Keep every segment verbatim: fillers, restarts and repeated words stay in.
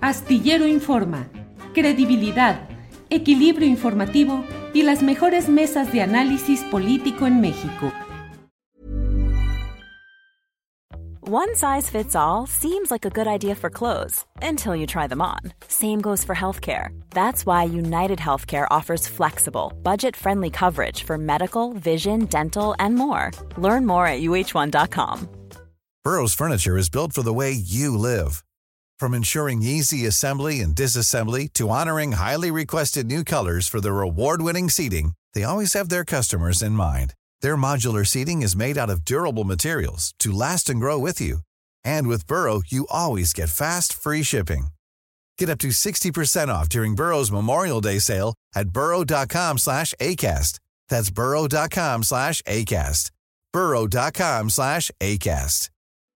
Astillero Informa, credibilidad, equilibrio informativo y las mejores mesas de análisis político en México. One size fits all seems like a good idea for clothes until you try them on. Same goes for healthcare. That's why United Healthcare offers flexible, budget-friendly coverage for medical, vision, dental, and more. Learn more at U H one dot com. Burrow's furniture is built for the way you live. From ensuring easy assembly and disassembly to honoring highly requested new colors for their award-winning seating, they always have their customers in mind. Their modular seating is made out of durable materials to last and grow with you. And with Burrow, you always get fast, free shipping. Get up to sixty percent off during Burrow's Memorial Day sale at burrow.com slash ACAST. That's burrow.com slash ACAST. burrow.com slash ACAST.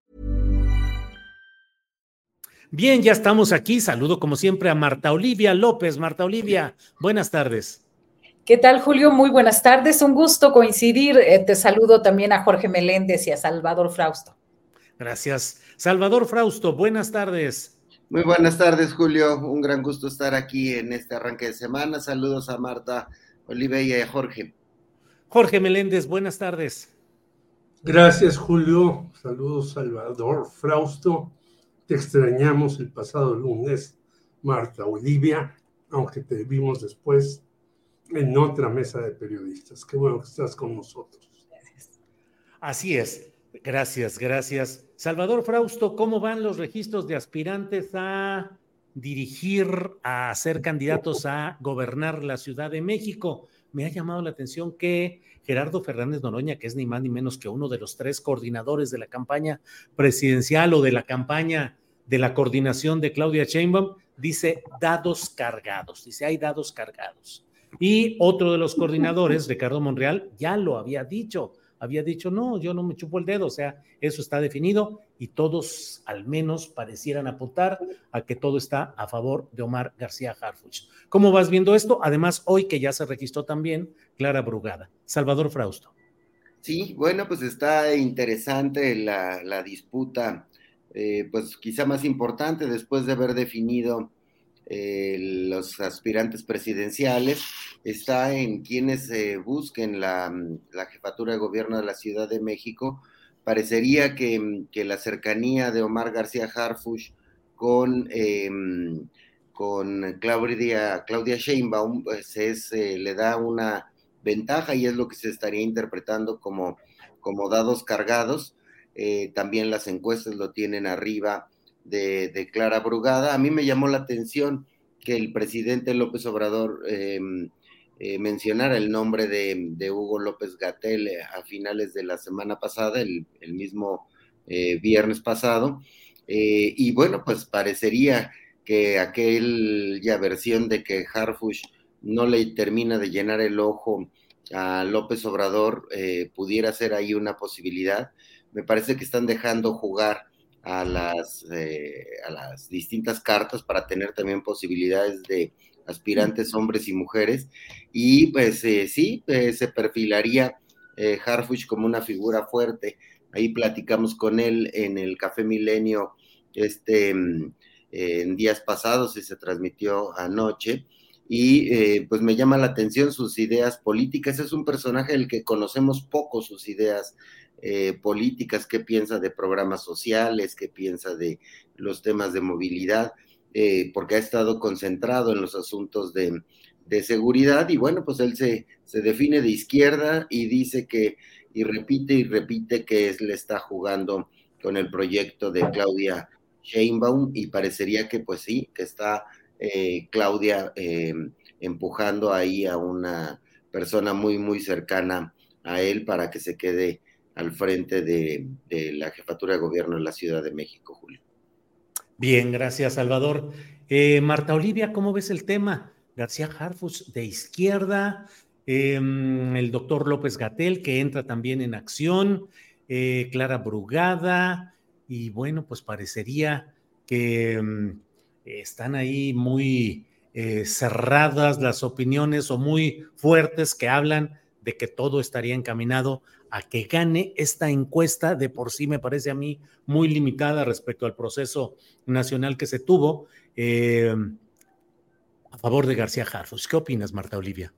Bien, ya estamos aquí. Saludo como siempre a Marta Olivia López. Marta Olivia, buenas tardes. ¿Qué tal, Julio? Muy buenas tardes. Un gusto coincidir. Eh, te saludo también a Jorge Meléndez y a Salvador Frausto. Gracias. Salvador Frausto, buenas tardes. Muy buenas tardes, Julio. Un gran gusto estar aquí en este arranque de semana. Saludos a Marta Olivia y a Jorge. Jorge Meléndez, buenas tardes. Gracias, Julio. Saludos, Salvador Frausto. Te extrañamos el pasado lunes, Marta Olivia, aunque te vimos después en otra mesa de periodistas. Qué bueno que estás con nosotros. Gracias. Así es. Gracias, gracias. Salvador Frausto, ¿cómo van los registros de aspirantes a dirigir, a ser candidatos a gobernar la Ciudad de México? Me ha llamado la atención que Gerardo Fernández Noroña, que es ni más ni menos que uno de los tres coordinadores de la campaña presidencial o de la campaña de la coordinación de Claudia Sheinbaum, dice dados cargados, dice hay dados cargados. Y otro de los coordinadores, Ricardo Monreal, ya lo había dicho, había dicho no, yo no me chupo el dedo, o sea, eso está definido y todos al menos parecieran apuntar a que todo está a favor de Omar García Harfuch. ¿Cómo vas viendo esto? Además, hoy que ya se registró también Clara Brugada. Salvador Frausto. Sí, bueno, pues está interesante la, la disputa, eh, pues quizá más importante después de haber definido eh, los aspirantes presidenciales, está en quienes eh, busquen la, la jefatura de gobierno de la Ciudad de México. Parecería que, que la cercanía de Omar García Harfuch con, eh, con Claudia, Claudia Sheinbaum pues es, eh, le da una ventaja y es lo que se estaría interpretando como, como dados cargados. Eh, también las encuestas lo tienen arriba de, de Clara Brugada. A mí me llamó la atención que el presidente López Obrador eh, eh, mencionara el nombre de, de Hugo López-Gatell a finales de la semana pasada, el, el mismo eh, viernes pasado, eh, y bueno, pues parecería que aquella versión de que Harfuch no le termina de llenar el ojo a López Obrador eh, pudiera ser ahí una posibilidad. Me parece que están dejando jugar a las, eh, a las distintas cartas para tener también posibilidades de aspirantes hombres y mujeres, y pues eh, sí, eh, se perfilaría eh, Harfuch como una figura fuerte. Ahí platicamos con él en el Café Milenio este, eh, en días pasados y se transmitió anoche, y eh, pues me llama la atención sus ideas políticas. Es un personaje del que conocemos poco sus ideas Eh, políticas, qué piensa de programas sociales, qué piensa de los temas de movilidad, eh, porque ha estado concentrado en los asuntos de, de seguridad, y bueno, pues él se, se define de izquierda y dice que, y repite y repite que es, le está jugando con el proyecto de Claudia Sheinbaum, y parecería que pues sí, que está eh, Claudia eh, empujando ahí a una persona muy, muy cercana a él para que se quede al frente de, de la jefatura de gobierno de la Ciudad de México, Julio. Bien, gracias, Salvador. Eh, Marta Olivia, ¿cómo ves el tema? García Harfuch de izquierda, eh, el doctor López-Gatell, que entra también en acción, eh, Clara Brugada, y bueno, pues parecería que eh, están ahí muy eh, cerradas las opiniones o muy fuertes que hablan de que todo estaría encaminado a que gane esta encuesta. De por sí me parece a mí muy limitada respecto al proceso nacional que se tuvo, eh, a favor de García Harfuch. ¿Qué opinas, Marta Olivia?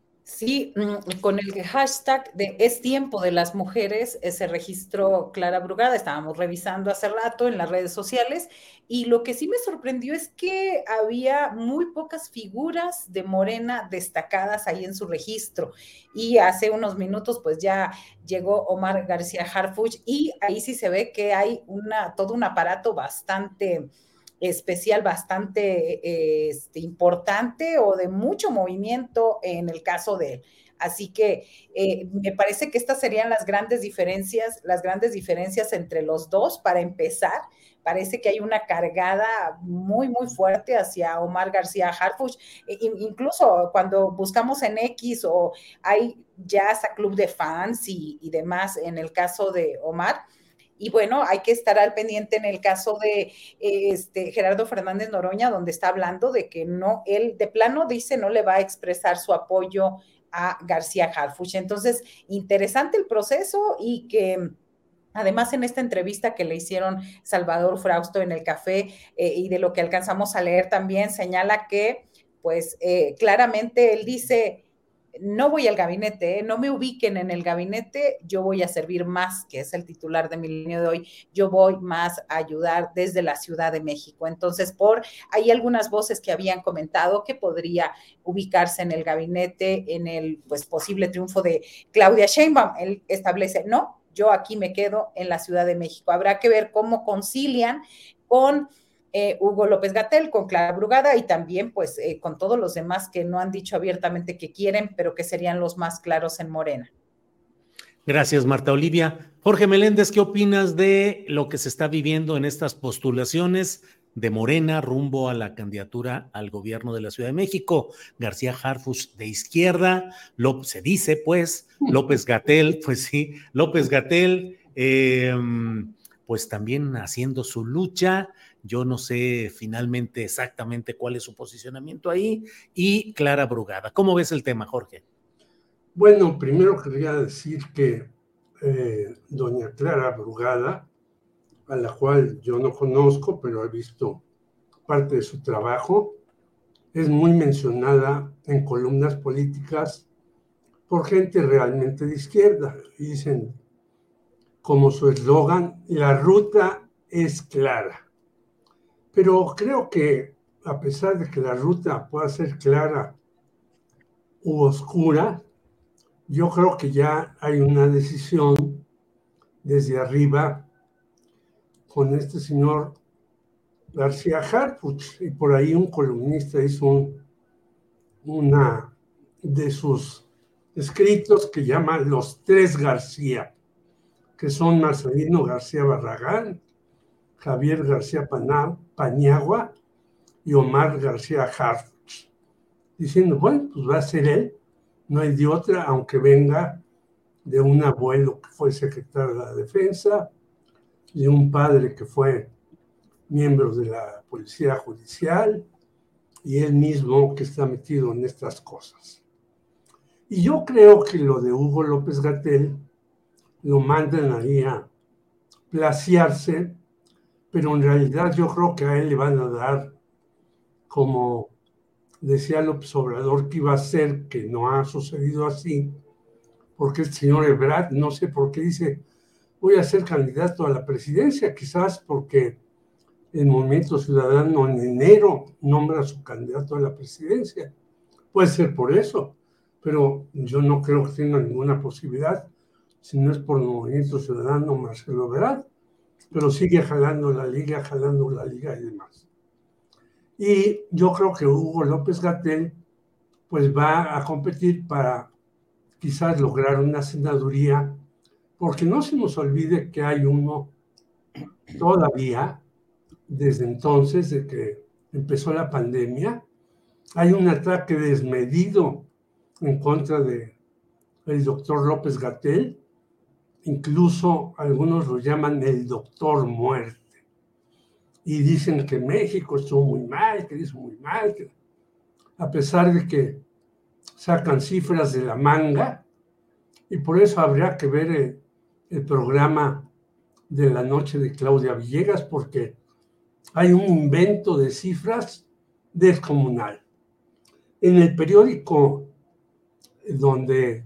Sí, con el hashtag de Es Tiempo de las Mujeres se registró Clara Brugada, estábamos revisando hace rato en las redes sociales, y lo que sí me sorprendió es que había muy pocas figuras de Morena destacadas ahí en su registro, y hace unos minutos pues ya llegó Omar García Harfuch, y ahí sí se ve que hay una, todo un aparato bastante especial, bastante eh, este, importante o de mucho movimiento en el caso de él. Así que eh, me parece que estas serían las grandes diferencias, las grandes diferencias entre los dos. Para empezar, parece que hay una cargada muy, muy fuerte hacia Omar García Harfuch. E, incluso cuando buscamos en X o hay ya hasta club de fans y, y demás en el caso de Omar. Y bueno, hay que estar al pendiente en el caso de este, Gerardo Fernández Noroña, donde está hablando de que no, él de plano dice no le va a expresar su apoyo a García Harfuch. Entonces, interesante el proceso, y que además en esta entrevista que le hicieron Salvador Frausto en el café eh, y de lo que alcanzamos a leer también, señala que pues eh, claramente él dice: no voy al gabinete, ¿eh? No me ubiquen en el gabinete, yo voy a servir más, que es el titular de Milenio de hoy, yo voy más a ayudar desde la Ciudad de México. Entonces, por hay algunas voces que habían comentado que podría ubicarse en el gabinete en el pues posible triunfo de Claudia Sheinbaum. Él establece, no, yo aquí me quedo en la Ciudad de México. Habrá que ver cómo concilian con Eh, Hugo López-Gatell, con Clara Brugada, y también pues eh, con todos los demás que no han dicho abiertamente que quieren, pero que serían los más claros en Morena. Gracias, Marta Olivia. Jorge Meléndez, ¿qué opinas de lo que se está viviendo en estas postulaciones de Morena rumbo a la candidatura al gobierno de la Ciudad de México? García Harfuch de izquierda, López, se dice pues, López-Gatell, pues sí, López-Gatell, eh, pues también haciendo su lucha. Yo no sé finalmente exactamente cuál es su posicionamiento ahí, y Clara Brugada. ¿Cómo ves el tema, Jorge? Bueno, primero quería decir que eh, doña Clara Brugada, a la cual yo no conozco, pero he visto parte de su trabajo, es muy mencionada en columnas políticas por gente realmente de izquierda. Dicen como su eslogan: la ruta es clara. Pero creo que a pesar de que la ruta pueda ser clara u oscura, yo creo que ya hay una decisión desde arriba con este señor García Harfuch, y por ahí un columnista hizo un, una de sus escritos que llama Los Tres García, que son Marcelino García Barragán, Javier García Paniagua y Omar García Harfuch, diciendo, bueno, pues va a ser él, no hay de otra, aunque venga de un abuelo que fue secretario de la Defensa, de un padre que fue miembro de la Policía Judicial, y él mismo que está metido en estas cosas. Y yo creo que lo de Hugo López-Gatell lo mandan ahí a placiarse, pero en realidad yo creo que a él le van a dar, como decía López Obrador que iba a ser, que no ha sucedido así, porque el señor Ebrard, no sé por qué dice, voy a ser candidato a la presidencia, quizás porque el Movimiento Ciudadano en enero nombra a su candidato a la presidencia. Puede ser por eso, pero yo no creo que tenga ninguna posibilidad, si no es por el Movimiento Ciudadano Marcelo Ebrard, pero sigue jalando la liga, jalando la liga y demás. Y yo creo que Hugo López-Gatell pues va a competir para quizás lograr una senaduría, porque no se nos olvide que hay uno todavía, desde entonces, de que empezó la pandemia, hay un ataque desmedido en contra de el doctor López-Gatell, incluso algunos lo llaman el doctor muerte, y dicen que México estuvo muy mal, que hizo muy mal, que, a pesar de que sacan cifras de la manga, y por eso habría que ver el, el programa de la noche de Claudia Villegas, porque hay un invento de cifras descomunal. En el periódico donde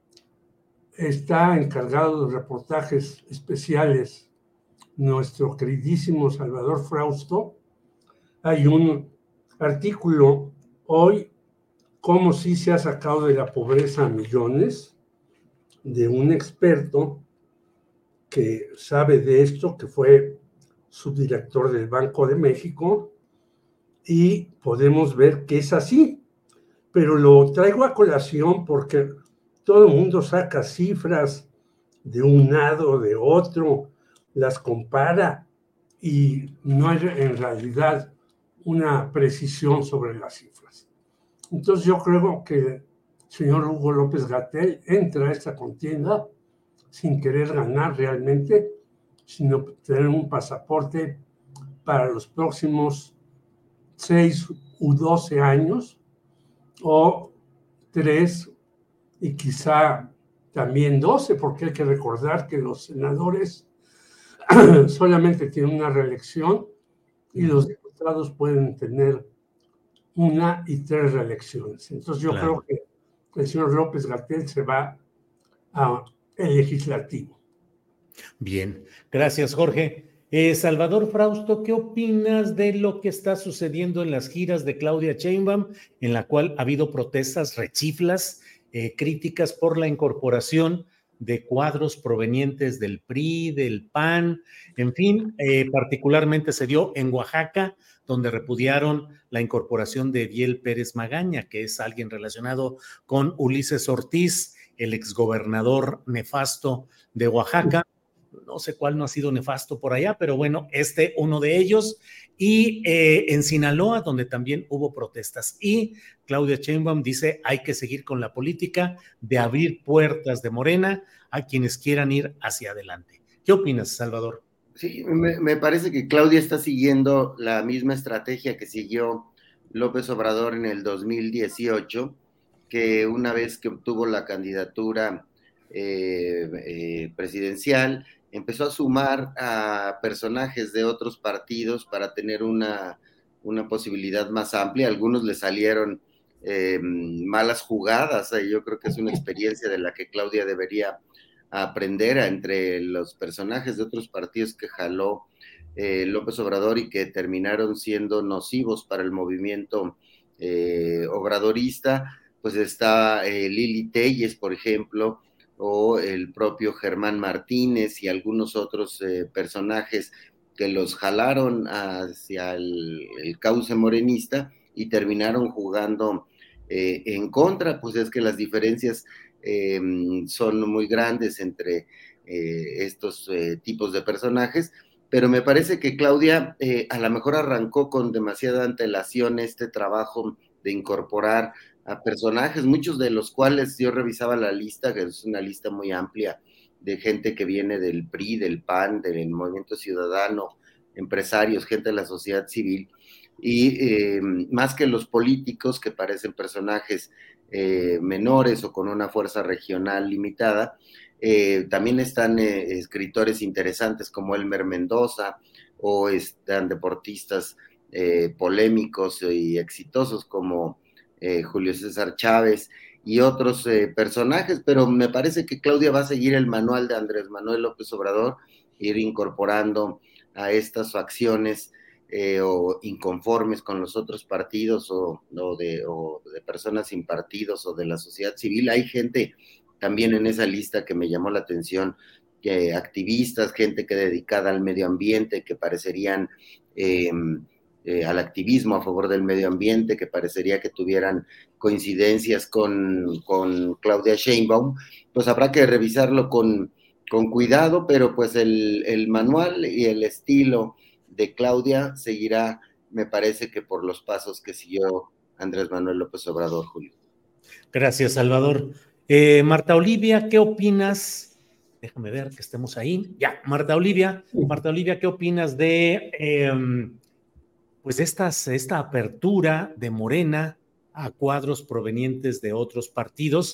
está encargado de reportajes especiales nuestro queridísimo Salvador Frausto, hay un artículo hoy, cómo sí se ha sacado de la pobreza a millones, de un experto que sabe de esto, que fue subdirector del Banco de México, y podemos ver que es así. Pero lo traigo a colación porque todo el mundo saca cifras de un lado, de otro, las compara y no hay en realidad una precisión sobre las cifras. Entonces yo creo que el señor Hugo López-Gatell entra a esta contienda sin querer ganar realmente, sino tener un pasaporte para los próximos seis u doce años, o tres y quizá también doce, porque hay que recordar que los senadores solamente tienen una reelección y los diputados pueden tener una y tres reelecciones. Entonces yo claro. creo que el señor López-Gatell se va al legislativo. Bien, gracias Jorge. Eh, Salvador Frausto, ¿qué opinas de lo que está sucediendo en las giras de Claudia Sheinbaum, en la cual ha habido protestas, rechiflas, eh, críticas por la incorporación de cuadros provenientes del P R I, del P A N, en fin, eh, particularmente se dio en Oaxaca, donde repudiaron la incorporación de Ediel Pérez Magaña, que es alguien relacionado con Ulises Ortiz, el exgobernador nefasto de Oaxaca. No sé cuál no ha sido nefasto por allá, pero bueno, este uno de ellos. Y eh, en Sinaloa, donde también hubo protestas. Y Claudia Sheinbaum dice, hay que seguir con la política de abrir puertas de Morena a quienes quieran ir hacia adelante. ¿Qué opinas, Salvador? Sí, me, me parece que Claudia está siguiendo la misma estrategia que siguió López Obrador en el dos mil dieciocho, que una vez que obtuvo la candidatura eh, eh, presidencial, empezó a sumar a personajes de otros partidos para tener una, una posibilidad más amplia. A algunos le salieron eh, malas jugadas, y yo creo que es una experiencia de la que Claudia debería aprender entre los personajes de otros partidos que jaló eh, López Obrador y que terminaron siendo nocivos para el movimiento eh, obradorista. Pues está eh, Lili Telles, por ejemplo, o el propio Germán Martínez y algunos otros eh, personajes que los jalaron hacia el, el cauce morenista y terminaron jugando eh, en contra. Pues es que las diferencias eh, son muy grandes entre eh, estos eh, tipos de personajes, pero me parece que Claudia eh, a lo mejor arrancó con demasiada antelación este trabajo de incorporar a personajes, muchos de los cuales yo revisaba la lista, que es una lista muy amplia de gente que viene del P R I, del P A N, del Movimiento Ciudadano, empresarios, gente de la sociedad civil, y eh, más que los políticos que parecen personajes eh, menores o con una fuerza regional limitada, eh, también están eh, escritores interesantes como Elmer Mendoza, o están deportistas eh, polémicos y exitosos como Eh, Julio César Chávez y otros eh, personajes, pero me parece que Claudia va a seguir el manual de Andrés Manuel López Obrador, ir incorporando a estas facciones eh, o inconformes con los otros partidos o, o, de, o de personas sin partidos o de la sociedad civil. Hay gente también en esa lista que me llamó la atención, que activistas, gente que dedicada al medio ambiente, que parecerían eh, Eh, al activismo a favor del medio ambiente, que parecería que tuvieran coincidencias con, con Claudia Sheinbaum. Pues habrá que revisarlo con, con cuidado, pero pues el, el manual y el estilo de Claudia seguirá, me parece que por los pasos que siguió Andrés Manuel López Obrador, Julio. Gracias, Salvador. Eh, Marta Olivia, ¿qué opinas? Déjame ver que estemos ahí. Ya, Marta Olivia, Marta Olivia, ¿qué opinas de... Eh, pues estas, esta apertura de Morena a cuadros provenientes de otros partidos,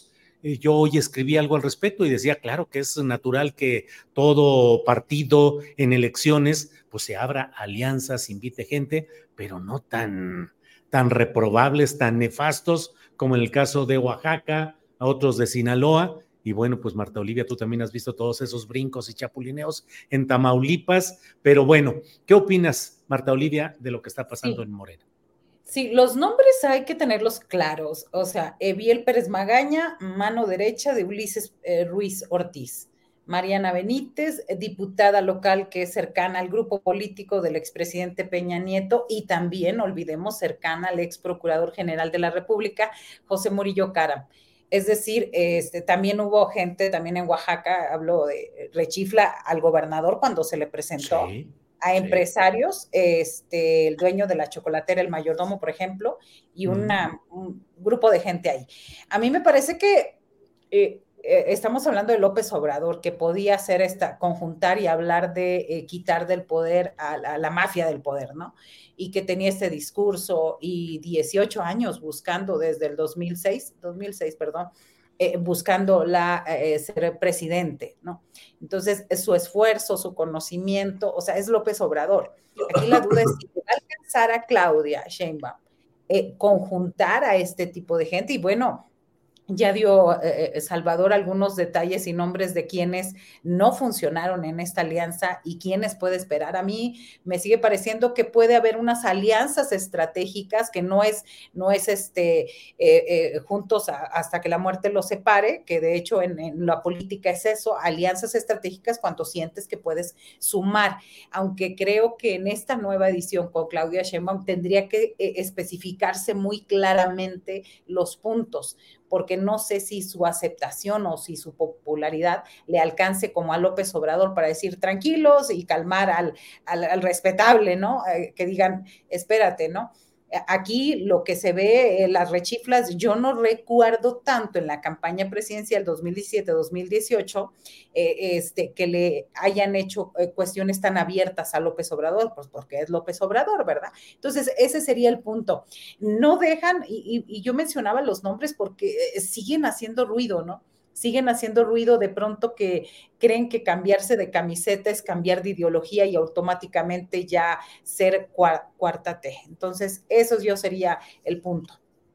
eh, yo hoy escribí algo al respecto y decía, claro que es natural que todo partido en elecciones pues se abra alianzas, invite gente, pero no tan, tan reprobables, tan nefastos como en el caso de Oaxaca, a otros de Sinaloa. Y bueno, pues Marta Olivia, tú también has visto todos esos brincos y chapulineos en Tamaulipas, pero bueno, ¿qué opinas, Marta Olivia, de lo que está pasando sí. en Morena? Sí, los nombres hay que tenerlos claros, o sea, Eviel Pérez Magaña, mano derecha de Ulises eh, Ruiz Ortiz. Mariana Benítez, diputada local que es cercana al grupo político del expresidente Peña Nieto y también, olvidemos, cercana al ex procurador general de la República, José Murillo Caram. Es decir, este, también hubo gente, también en Oaxaca, habló de rechifla al gobernador cuando se le presentó. Sí, a sí. empresarios, este, el dueño de la chocolatera, el mayordomo, por ejemplo, y una, un grupo de gente ahí. A mí me parece que eh, eh, estamos hablando de López Obrador, que podía hacer esta, conjuntar y hablar de eh, quitar del poder a la, a la mafia del poder, ¿no? Y que tenía este discurso y dieciocho años buscando desde el dos mil seis, dos mil seis, perdón, Eh, buscando la, eh, ser presidente, ¿no? Entonces, su esfuerzo, su conocimiento, o sea, es López Obrador. Aquí la duda es si va a alcanzar a Claudia Sheinbaum eh, conjuntar a este tipo de gente y bueno, ya dio eh, Salvador algunos detalles y nombres de quienes no funcionaron en esta alianza y quienes puede esperar. A mí me sigue pareciendo que puede haber unas alianzas estratégicas que no es, no es este, eh, eh, juntos a, hasta que la muerte los separe, que de hecho en, en la política es eso, alianzas estratégicas cuando sientes que puedes sumar, aunque creo que en esta nueva edición con Claudia Sheinbaum tendría que eh, especificarse muy claramente los puntos, porque no sé si su aceptación o si su popularidad le alcance como a López Obrador para decir tranquilos y calmar al, al, al respetable, ¿no? Eh, que digan, espérate, ¿no? Aquí lo que se ve, eh, las rechiflas, yo no recuerdo tanto en la campaña presidencial dos mil diecisiete dos mil dieciocho eh, este, que le hayan hecho eh, cuestiones tan abiertas a López Obrador, pues porque es López Obrador, ¿verdad? Entonces, ese sería el punto. No dejan, y, y, y yo mencionaba los nombres porque eh, siguen haciendo ruido, ¿no? Siguen haciendo ruido de pronto que creen que cambiarse de camiseta es cambiar de ideología y automáticamente ya ser cuarta T. Entonces, eso yo sería el punto.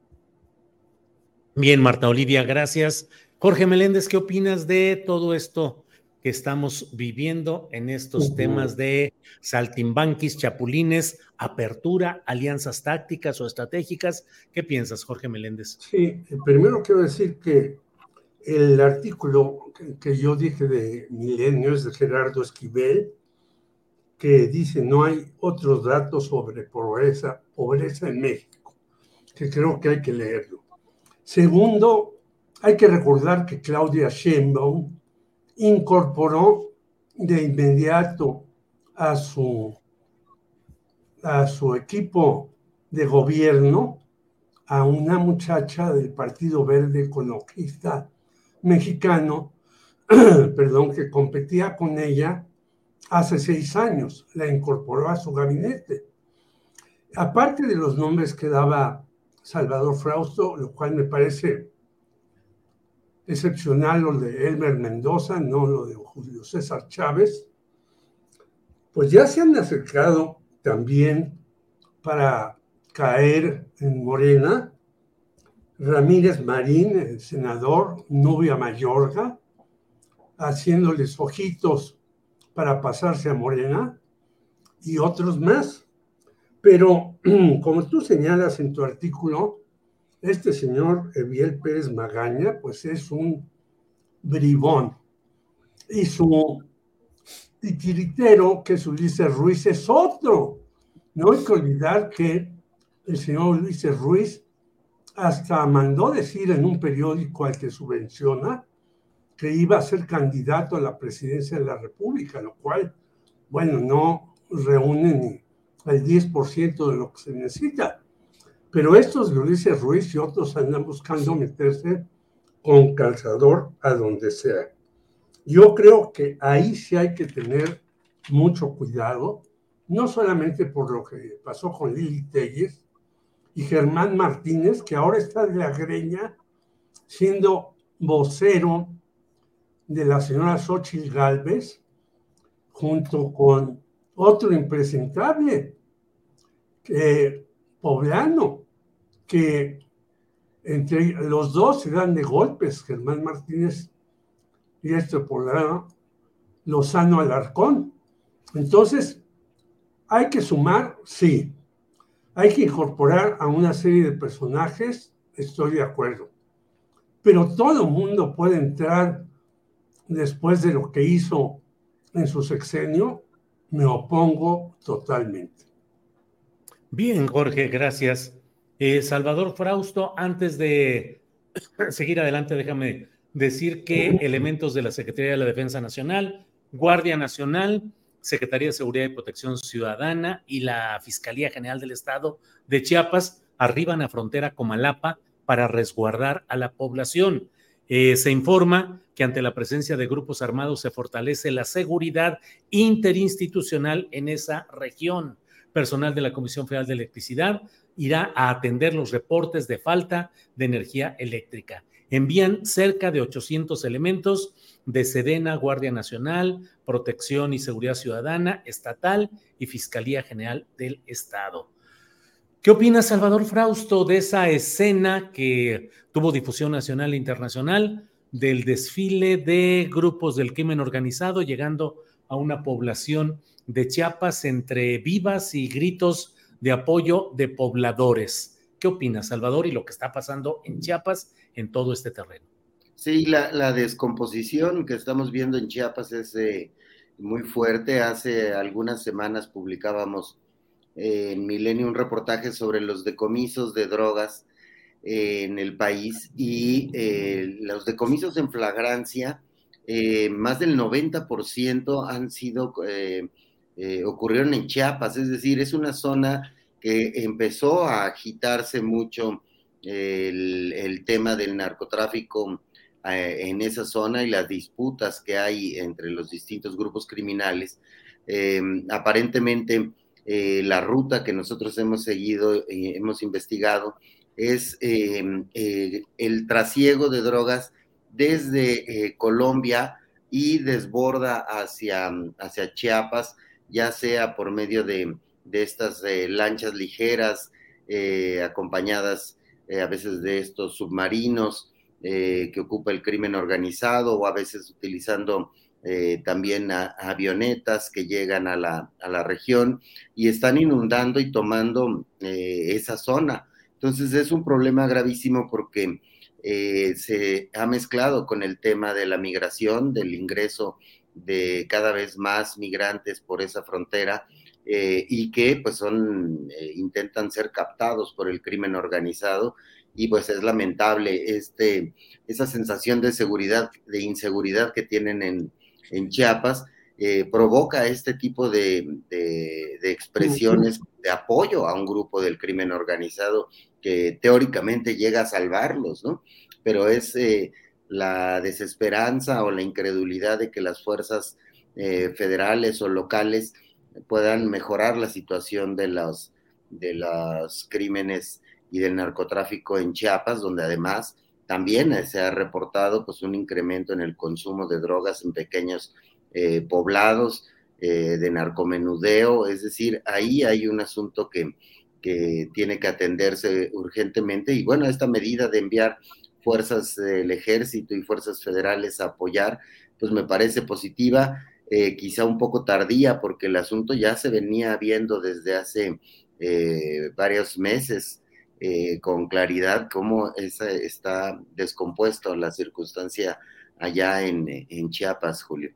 Bien, Marta Olivia, gracias. Jorge Meléndez, ¿qué opinas de todo esto que estamos viviendo en estos uh-huh. temas de saltimbanquis, chapulines, apertura, alianzas tácticas o estratégicas? ¿Qué piensas, Jorge Meléndez? Sí, primero quiero decir que el artículo que, que yo dije de Milenios de Gerardo Esquivel, que dice no hay otros datos sobre pobreza, pobreza en México, que creo que hay que leerlo. Segundo, hay que recordar que Claudia Sheinbaum incorporó de inmediato a su, a su equipo de gobierno a una muchacha del Partido Verde Ecologista mexicano, perdón, que competía con ella hace seis años, la incorporó a su gabinete. Aparte de los nombres que daba Salvador Frausto, lo cual me parece excepcional, lo de Elmer Mendoza, no lo de Julio César Chávez, pues ya se han acercado también para caer en Morena Ramírez Marín, el senador, Nubia Mayorga, haciéndoles ojitos para pasarse a Morena, y otros más. Pero, como tú señalas en tu artículo, este señor Eviel Pérez Magaña, pues es un bribón. Y su titiritero, que es Ulises Ruiz, es otro. No hay que olvidar que el señor Ulises Ruiz hasta mandó decir en un periódico al que subvenciona que iba a ser candidato a la presidencia de la República, lo cual, bueno, no reúne ni el diez por ciento de lo que se necesita. Pero estos de Ulises Ruiz y otros andan buscando meterse con calzador a donde sea. Yo creo que ahí sí hay que tener mucho cuidado, no solamente por lo que pasó con Lili Telles y Germán Martínez, que ahora está de la greña siendo vocero de la señora Xóchitl Gálvez, junto con otro impresentable, eh, poblano, que entre los dos se dan de golpes, Germán Martínez y este poblano, Lozano Alarcón. Entonces, hay que sumar, sí. Hay que incorporar a una serie de personajes, estoy de acuerdo. Pero todo el mundo puede entrar después de lo que hizo en su sexenio, me opongo totalmente. Bien, Jorge, gracias. Eh, Salvador Frausto, antes de seguir adelante, déjame decir que elementos de la Secretaría de la Defensa Nacional, Guardia Nacional, Secretaría de Seguridad y Protección Ciudadana y la Fiscalía General del Estado de Chiapas arriban a frontera Comalapa para resguardar a la población. Eh, se informa que ante la presencia de grupos armados se fortalece la seguridad interinstitucional en esa región. Personal de la Comisión Federal de Electricidad irá a atender los reportes de falta de energía eléctrica. Envían cerca de ochocientos elementos de Sedena, Guardia Nacional, Protección y Seguridad Ciudadana, Estatal y Fiscalía General del Estado. ¿Qué opina Salvador Frausto de esa escena que tuvo difusión nacional e internacional del desfile de grupos del crimen organizado llegando a una población de Chiapas entre vivas y gritos de apoyo de pobladores? ¿Qué opina Salvador y lo que está pasando en Chiapas en todo este terreno? Sí, la, la descomposición que estamos viendo en Chiapas es eh, muy fuerte. Hace algunas semanas publicábamos eh, en Milenio un reportaje sobre los decomisos de drogas eh, en el país y eh, los decomisos en flagrancia, eh, más del noventa por ciento han sido, eh, eh, ocurrieron en Chiapas, es decir, es una zona que empezó a agitarse mucho eh, el, el tema del narcotráfico eh, en esa zona y las disputas que hay entre los distintos grupos criminales. Eh, aparentemente eh, la ruta que nosotros hemos seguido, eh, hemos investigado, es eh, eh, el trasiego de drogas desde eh, Colombia y desborda hacia, hacia Chiapas, ya sea por medio de, de estas eh, lanchas ligeras, eh, acompañadas eh, a veces de estos submarinos eh, que ocupa el crimen organizado, o a veces utilizando eh, también a, a avionetas que llegan a la, a la región y están inundando y tomando eh, esa zona. Entonces es un problema gravísimo porque eh, se ha mezclado con el tema de la migración, del ingreso de cada vez más migrantes por esa frontera eh, y que pues son, eh, intentan ser captados por el crimen organizado, y pues es lamentable este, esa sensación de seguridad, de inseguridad que tienen en, en Chiapas. Eh, provoca este tipo de, de, de expresiones de apoyo a un grupo del crimen organizado que teóricamente llega a salvarlos, ¿no? Pero es eh, la desesperanza o la incredulidad de que las fuerzas eh, federales o locales puedan mejorar la situación de los, de los crímenes y del narcotráfico en Chiapas, donde además también se ha reportado pues un incremento en el consumo de drogas en pequeños eh, poblados, eh, de narcomenudeo. Es decir, ahí hay un asunto que, que tiene que atenderse urgentemente, y bueno, esta medida de enviar fuerzas del ejército y fuerzas federales a apoyar, pues me parece positiva, eh, quizá un poco tardía, porque el asunto ya se venía viendo desde hace eh, varios meses, eh, con claridad cómo esa está descompuesto la circunstancia allá en, en Chiapas, Julio.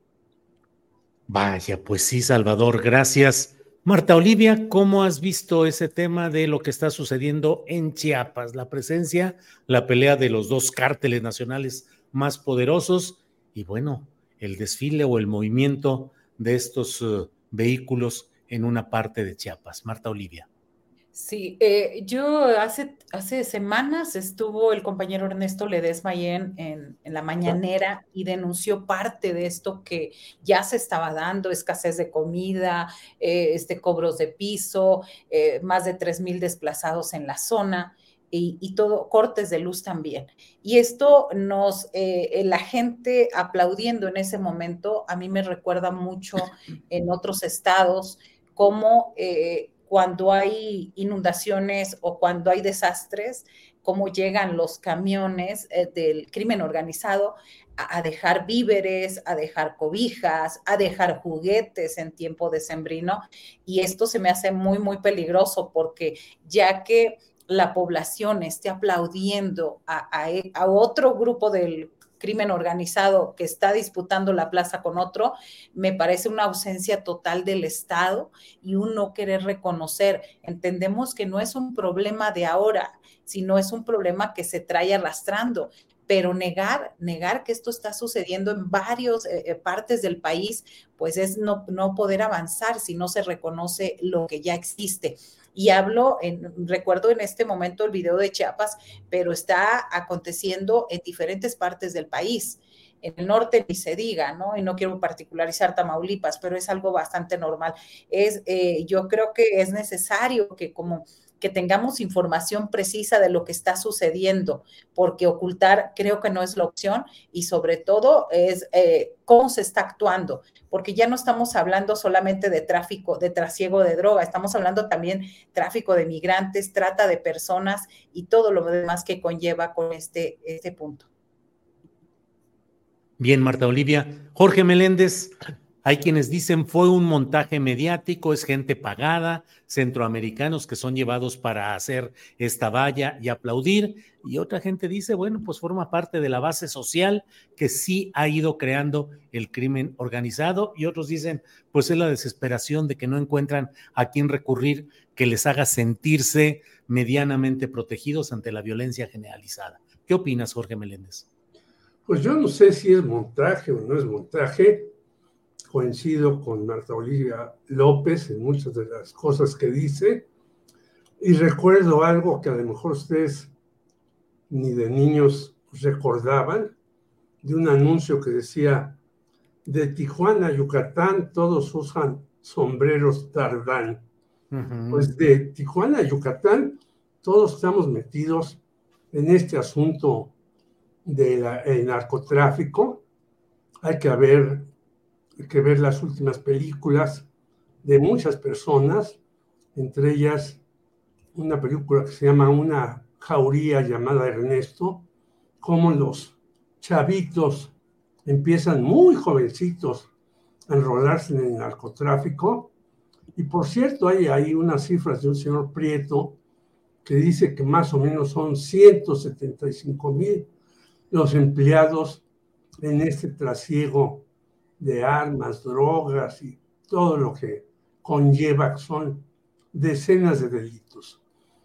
Vaya, pues sí, Salvador, gracias. Marta Olivia, ¿cómo has visto ese tema de lo que está sucediendo en Chiapas? La presencia, la pelea de los dos cárteles nacionales más poderosos y bueno, el desfile o el movimiento de estos uh, vehículos en una parte de Chiapas. Marta Olivia. Sí, eh, yo hace, hace semanas estuvo el compañero Ernesto Ledesma en, en, en la mañanera y denunció parte de esto que ya se estaba dando: escasez de comida, eh, este, cobros de piso, eh, más de tres mil desplazados en la zona. y, y todo, cortes de luz también. Y esto nos, eh, la gente aplaudiendo en ese momento, a mí me recuerda mucho en otros estados, como eh, cuando hay inundaciones o cuando hay desastres, cómo llegan los camiones eh, del crimen organizado a, a dejar víveres, a dejar cobijas, a dejar juguetes en tiempo decembrino. Y esto se me hace muy, muy peligroso porque ya que la población esté aplaudiendo a, a, a otro grupo del crimen organizado que está disputando la plaza con otro, me parece una ausencia total del Estado y un no querer reconocer. Entendemos que no es un problema de ahora, sino es un problema que se trae arrastrando, pero negar, negar que esto está sucediendo en varias eh, partes del país, pues es no, no poder avanzar si no se reconoce lo que ya existe. Y hablo, en, recuerdo en este momento el video de Chiapas, pero está aconteciendo en diferentes partes del país. En el norte ni se diga, ¿no? Y no quiero particularizar Tamaulipas, pero es algo bastante normal. Es, eh, yo creo que es necesario que como que tengamos información precisa de lo que está sucediendo, porque ocultar creo que no es la opción y sobre todo es eh, cómo se está actuando, porque ya no estamos hablando solamente de tráfico, de trasiego de droga, estamos hablando también tráfico de migrantes, trata de personas y todo lo demás que conlleva con este, este punto. Bien, Marta Olivia. Jorge Meléndez, hay quienes dicen fue un montaje mediático, es gente pagada, centroamericanos que son llevados para hacer esta valla y aplaudir, y otra gente dice, bueno, pues forma parte de la base social que sí ha ido creando el crimen organizado, y otros dicen, pues es la desesperación de que no encuentran a quién recurrir que les haga sentirse medianamente protegidos ante la violencia generalizada. ¿Qué opinas, Jorge Meléndez? Pues yo no sé si es montaje o no es montaje. Coincido con Marta Olivia López en muchas de las cosas que dice, y recuerdo algo que a lo mejor ustedes ni de niños recordaban, de un anuncio que decía, de Tijuana a Yucatán todos usan sombreros Tardán. Uh-huh. Pues de Tijuana a Yucatán todos estamos metidos en este asunto del narcotráfico. Hay que haber que ver las últimas películas de muchas personas, entre ellas una película que se llama Una jauría llamada Ernesto, cómo los chavitos empiezan muy jovencitos a enrolarse en el narcotráfico. Y por cierto, hay ahí unas cifras de un señor Prieto que dice que más o menos son ciento setenta y cinco mil los empleados en este trasiego de armas, drogas y todo lo que conlleva, que son decenas de delitos.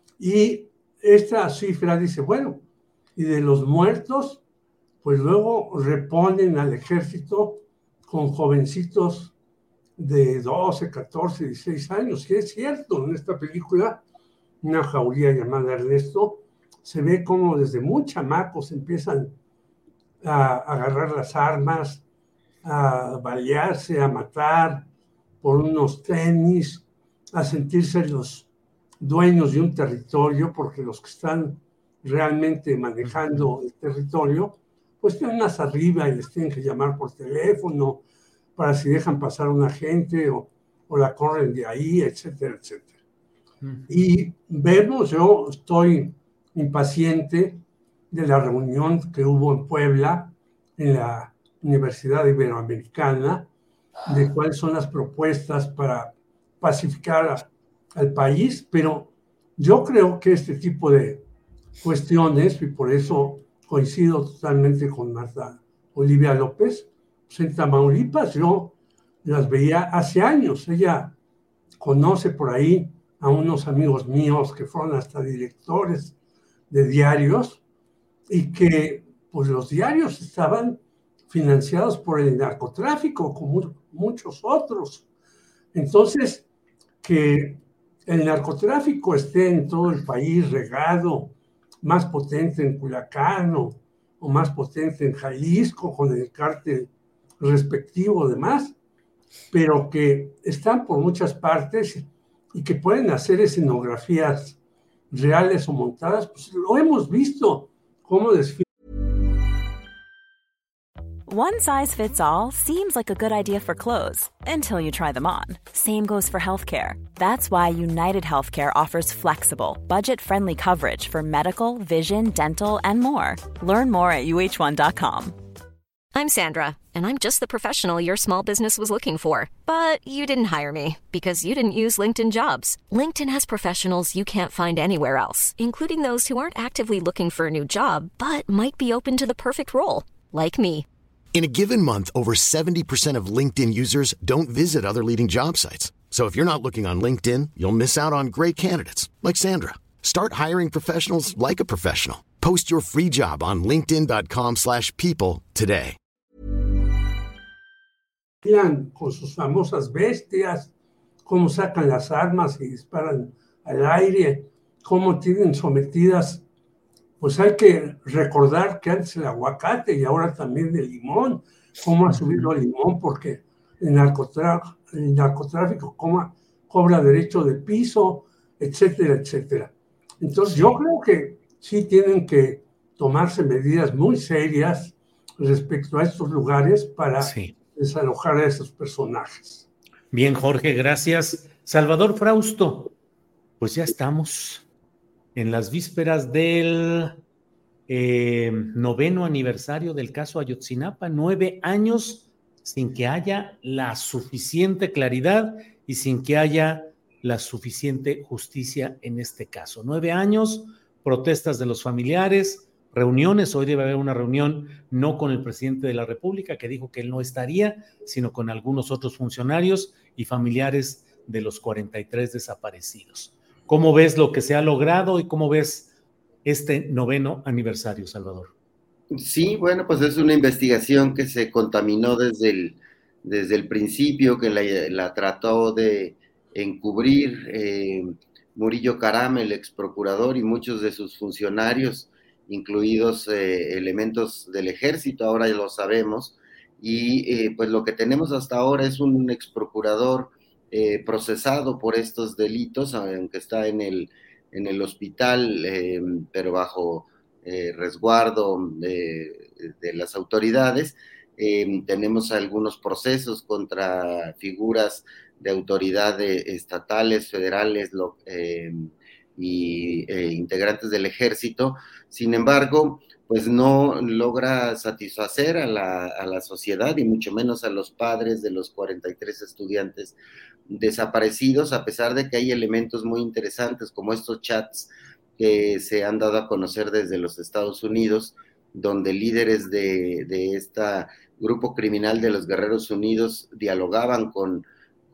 Y esta cifra dice, bueno, y de los muertos, pues luego reponen al ejército con jovencitos de doce, catorce, dieciséis años. Y es cierto, en esta película, Una jauría llamada Ernesto, se ve como desde muy chamacos empiezan a agarrar las armas, a balearse, a matar por unos tenis, a sentirse los dueños de un territorio, porque los que están realmente manejando el territorio, pues están más arriba y les tienen que llamar por teléfono para si dejan pasar a una gente o, o la corren de ahí, etcétera, etcétera. Uh-huh. Y vemos, yo estoy impaciente de la reunión que hubo en Puebla, en la Universidad Iberoamericana, de cuáles son las propuestas para pacificar a, al país, pero yo creo que este tipo de cuestiones, y por eso coincido totalmente con Marta Olivia López, pues en Tamaulipas yo las veía hace años. Ella conoce por ahí a unos amigos míos que fueron hasta directores de diarios y que pues los diarios estaban financiados por el narcotráfico, como muchos otros. Entonces, que el narcotráfico esté en todo el país regado, más potente en Culiacán o, o más potente en Jalisco con el cártel respectivo demás, pero que están por muchas partes y que pueden hacer escenografías reales o montadas, pues lo hemos visto, cómo desfilan. One size fits all seems like a good idea for clothes until you try them on. Same goes for healthcare. That's why United Healthcare offers flexible, budget-friendly coverage for medical, vision, dental, and more. Learn more at U H one dot com. I'm Sandra, and I'm just the professional your small business was looking for. But you didn't hire me because you didn't use LinkedIn Jobs. LinkedIn has professionals you can't find anywhere else, including those who aren't actively looking for a new job, but might be open to the perfect role, like me. In a given month, over seventy percent of LinkedIn users don't visit other leading job sites. So if you're not looking on LinkedIn, you'll miss out on great candidates like Sandra. Start hiring professionals like a professional. Post your free job on linkedin dot com slash people today. Con sus famosas bestias, cómo sacan las armas y disparan al aire, cómo tienen sometidas. Pues hay que recordar que antes el aguacate y ahora también el limón, cómo ha subido el limón, porque el, narcotra- el narcotráfico coma, cobra derecho de piso, etcétera, etcétera. Entonces yo creo que sí tienen que tomarse medidas muy serias respecto a estos lugares para sí. desalojar a esos personajes. Bien, Jorge, gracias. Salvador Frausto, pues ya estamos en las vísperas del eh, noveno aniversario del caso Ayotzinapa, nueve años sin que haya la suficiente claridad y sin que haya la suficiente justicia en este caso. Nueve años, protestas de los familiares, reuniones. Hoy debe haber una reunión no con el presidente de la República, que dijo que él no estaría, sino con algunos otros funcionarios y familiares de los cuarenta y tres desaparecidos. ¿Cómo ves lo que se ha logrado y cómo ves este noveno aniversario, Salvador? Sí, bueno, pues es una investigación que se contaminó desde el, desde el principio, que la, la trató de encubrir eh, Murillo Karam, el ex procurador, y muchos de sus funcionarios, incluidos eh, elementos del ejército, ahora ya lo sabemos, y eh, pues lo que tenemos hasta ahora es un ex procurador Eh, procesado por estos delitos, aunque está en el, en el hospital, eh, pero bajo eh, resguardo de, de las autoridades. Eh, tenemos algunos procesos contra figuras de autoridad de, estatales, federales lo, eh, y eh, integrantes del ejército. Sin embargo, pues no logra satisfacer a la, a la sociedad y mucho menos a los padres de los cuarenta y tres estudiantes desaparecidos, a pesar de que hay elementos muy interesantes como estos chats que se han dado a conocer desde los Estados Unidos, donde líderes de, de este grupo criminal de los Guerreros Unidos dialogaban con,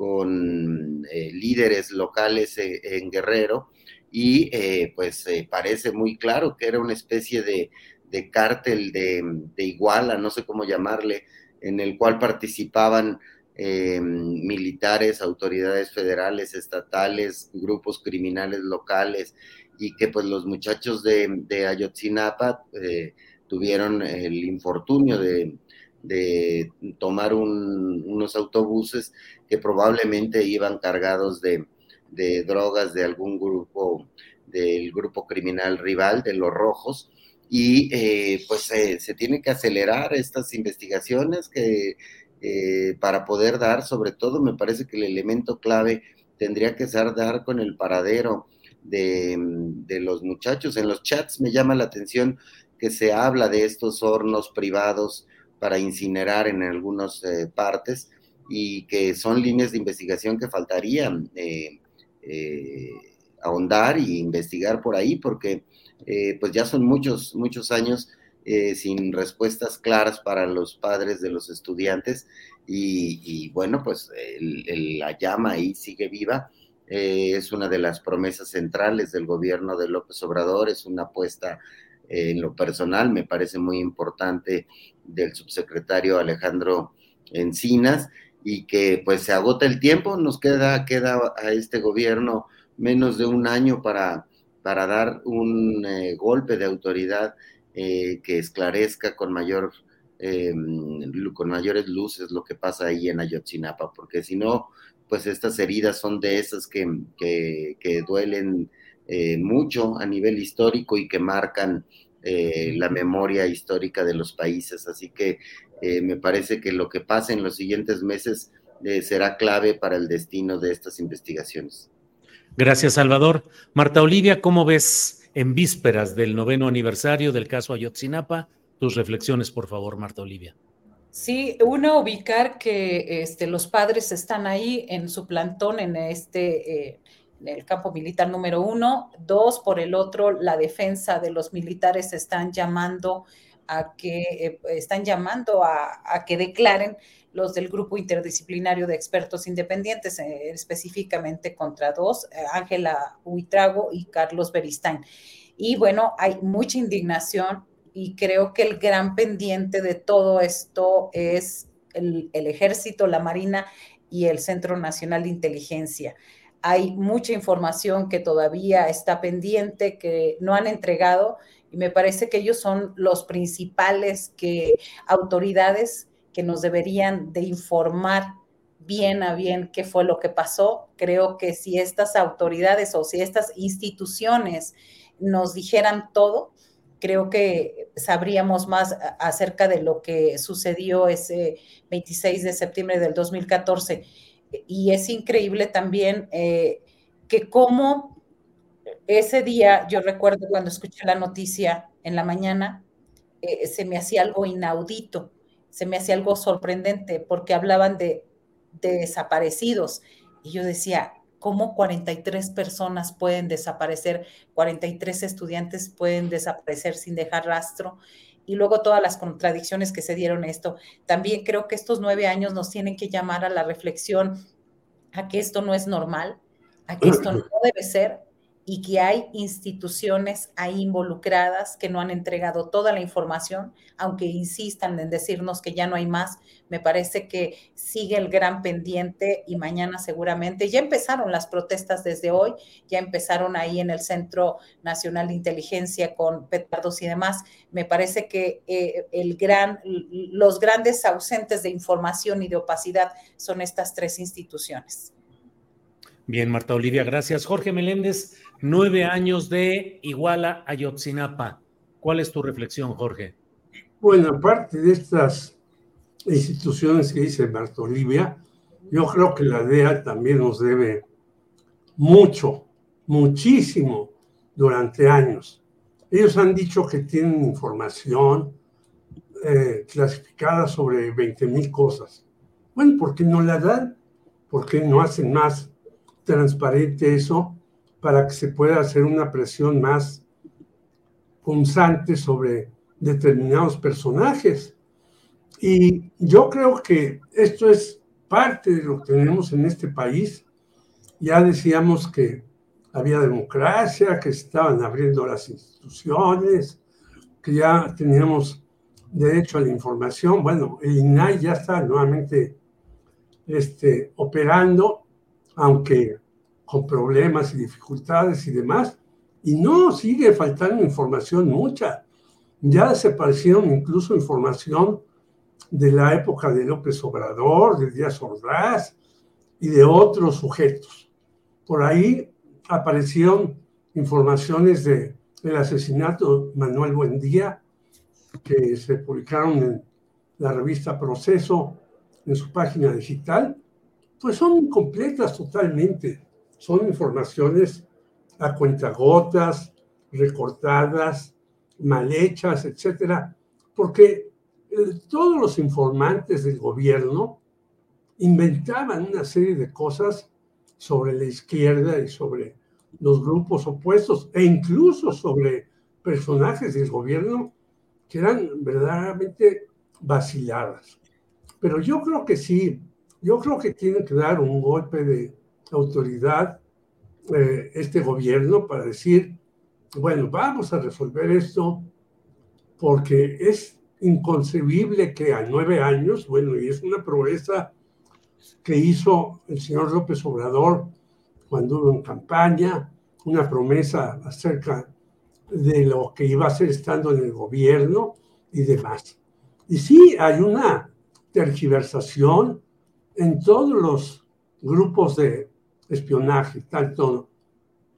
con eh, líderes locales eh, en Guerrero, y eh, pues eh, parece muy claro que era una especie de, de cártel de, de Iguala, no sé cómo llamarle, en el cual participaban Eh, militares, autoridades federales, estatales, grupos criminales locales, y que pues los muchachos de, de Ayotzinapa eh, tuvieron el infortunio de, de tomar un, unos autobuses que probablemente iban cargados de, de drogas de algún grupo, del grupo criminal rival, de los Rojos, y eh, pues eh, se tiene que acelerar estas investigaciones que Eh, para poder dar, sobre todo me parece que el elemento clave tendría que ser dar con el paradero de, de los muchachos. En los chats me llama la atención que se habla de estos hornos privados para incinerar en algunas eh, partes, y que son líneas de investigación que faltarían eh, eh, ahondar y investigar por ahí, porque eh, pues ya son muchos, muchos años Eh, sin respuestas claras para los padres de los estudiantes, y, y bueno, pues el, el, la llama ahí sigue viva. Eh, es una de las promesas centrales del gobierno de López Obrador, es una apuesta eh, en lo personal, me parece muy importante, del subsecretario Alejandro Encinas, y que pues se agota el tiempo, nos queda, queda a este gobierno menos de un año para, para dar un eh, golpe de autoridad Eh, que esclarezca con mayor eh, con mayores luces lo que pasa ahí en Ayotzinapa, porque si no, pues estas heridas son de esas que, que, que duelen eh, mucho a nivel histórico y que marcan eh, la memoria histórica de los países. Así que eh, me parece que lo que pase en los siguientes meses eh, será clave para el destino de estas investigaciones. Gracias, Salvador. Marta Olivia, ¿cómo ves en vísperas del noveno aniversario del caso Ayotzinapa? Tus reflexiones, por favor, Marta Olivia. Sí, uno, ubicar que este, los padres están ahí en su plantón en este eh, en el campo militar número uno. Dos, por el otro, la defensa de los militares están llamando a que eh, están llamando a, a que declaren los del grupo interdisciplinario de expertos independientes, eh, específicamente contra dos, Ángela Huitrago y Carlos Beristain. Y bueno, hay mucha indignación. Y creo que el gran pendiente de todo esto es el, el Ejército, la Marina y el Centro Nacional de Inteligencia. Hay mucha información que todavía está pendiente, que no han entregado, y me parece que ellos son los principales que, autoridades que nos deberían de informar bien a bien qué fue lo que pasó. Creo que si estas autoridades o si estas instituciones nos dijeran todo, creo que sabríamos más acerca de lo que sucedió ese veintiséis de septiembre del dos mil catorce. Y es increíble también eh, que como ese día, yo recuerdo cuando escuché la noticia en la mañana, eh, se me hacía algo inaudito, se me hacía algo sorprendente, porque hablaban de, de desaparecidos. Y yo decía, ¿cómo cuarenta y tres personas pueden desaparecer? cuarenta y tres estudiantes pueden desaparecer sin dejar rastro. Y luego todas las contradicciones que se dieron a esto. También creo que estos nueve años nos tienen que llamar a la reflexión, a que esto no es normal, a que esto no debe ser, y que hay instituciones ahí involucradas que no han entregado toda la información, aunque insistan en decirnos que ya no hay más. Me parece que sigue el gran pendiente, y mañana seguramente, ya empezaron las protestas desde hoy, ya empezaron ahí en el Centro Nacional de Inteligencia con petardos y demás. Me parece que eh, el gran, los grandes ausentes de información y de opacidad son estas tres instituciones. Bien, Marta Olivia, gracias. Jorge Meléndez, nueve años de Iguala Ayotzinapa. ¿Cuál es tu reflexión, Jorge? Bueno, aparte de estas instituciones que dice Marta Olivia, yo creo que la D E A también nos debe mucho, muchísimo durante años. Ellos han dicho que tienen información eh, clasificada sobre veinte mil cosas. Bueno, ¿por qué no la dan? ¿Por qué no hacen más transparente eso para que se pueda hacer una presión más punzante sobre determinados personajes? Y yo creo que esto es parte de lo que tenemos en este país. Ya decíamos que había democracia, que se estaban abriendo las instituciones, que ya teníamos derecho a la información. Bueno, el I N A I ya está nuevamente este, operando, aunque con problemas y dificultades y demás, y no, sigue faltando información mucha. Ya desaparecieron incluso información de la época de López Obrador, de Díaz Ordaz y de otros sujetos. Por ahí aparecieron informaciones de, del asesinato de Manuel Buendía, que se publicaron en la revista Proceso, en su página digital. Pues son incompletas totalmente, son informaciones a cuentagotas, recortadas, mal hechas, etcétera, porque eh, todos los informantes del gobierno inventaban una serie de cosas sobre la izquierda y sobre los grupos opuestos, e incluso sobre personajes del gobierno que eran verdaderamente vaciladas. Pero yo creo que sí, Yo creo que tiene que dar un golpe de autoridad eh, este gobierno para decir, bueno, vamos a resolver esto, porque es inconcebible que a nueve años, bueno, y es una proeza que hizo el señor López Obrador cuando hubo en campaña, una promesa acerca de lo que iba a hacer estando en el gobierno y demás. Y sí, hay una tergiversación en todos los grupos de espionaje, tanto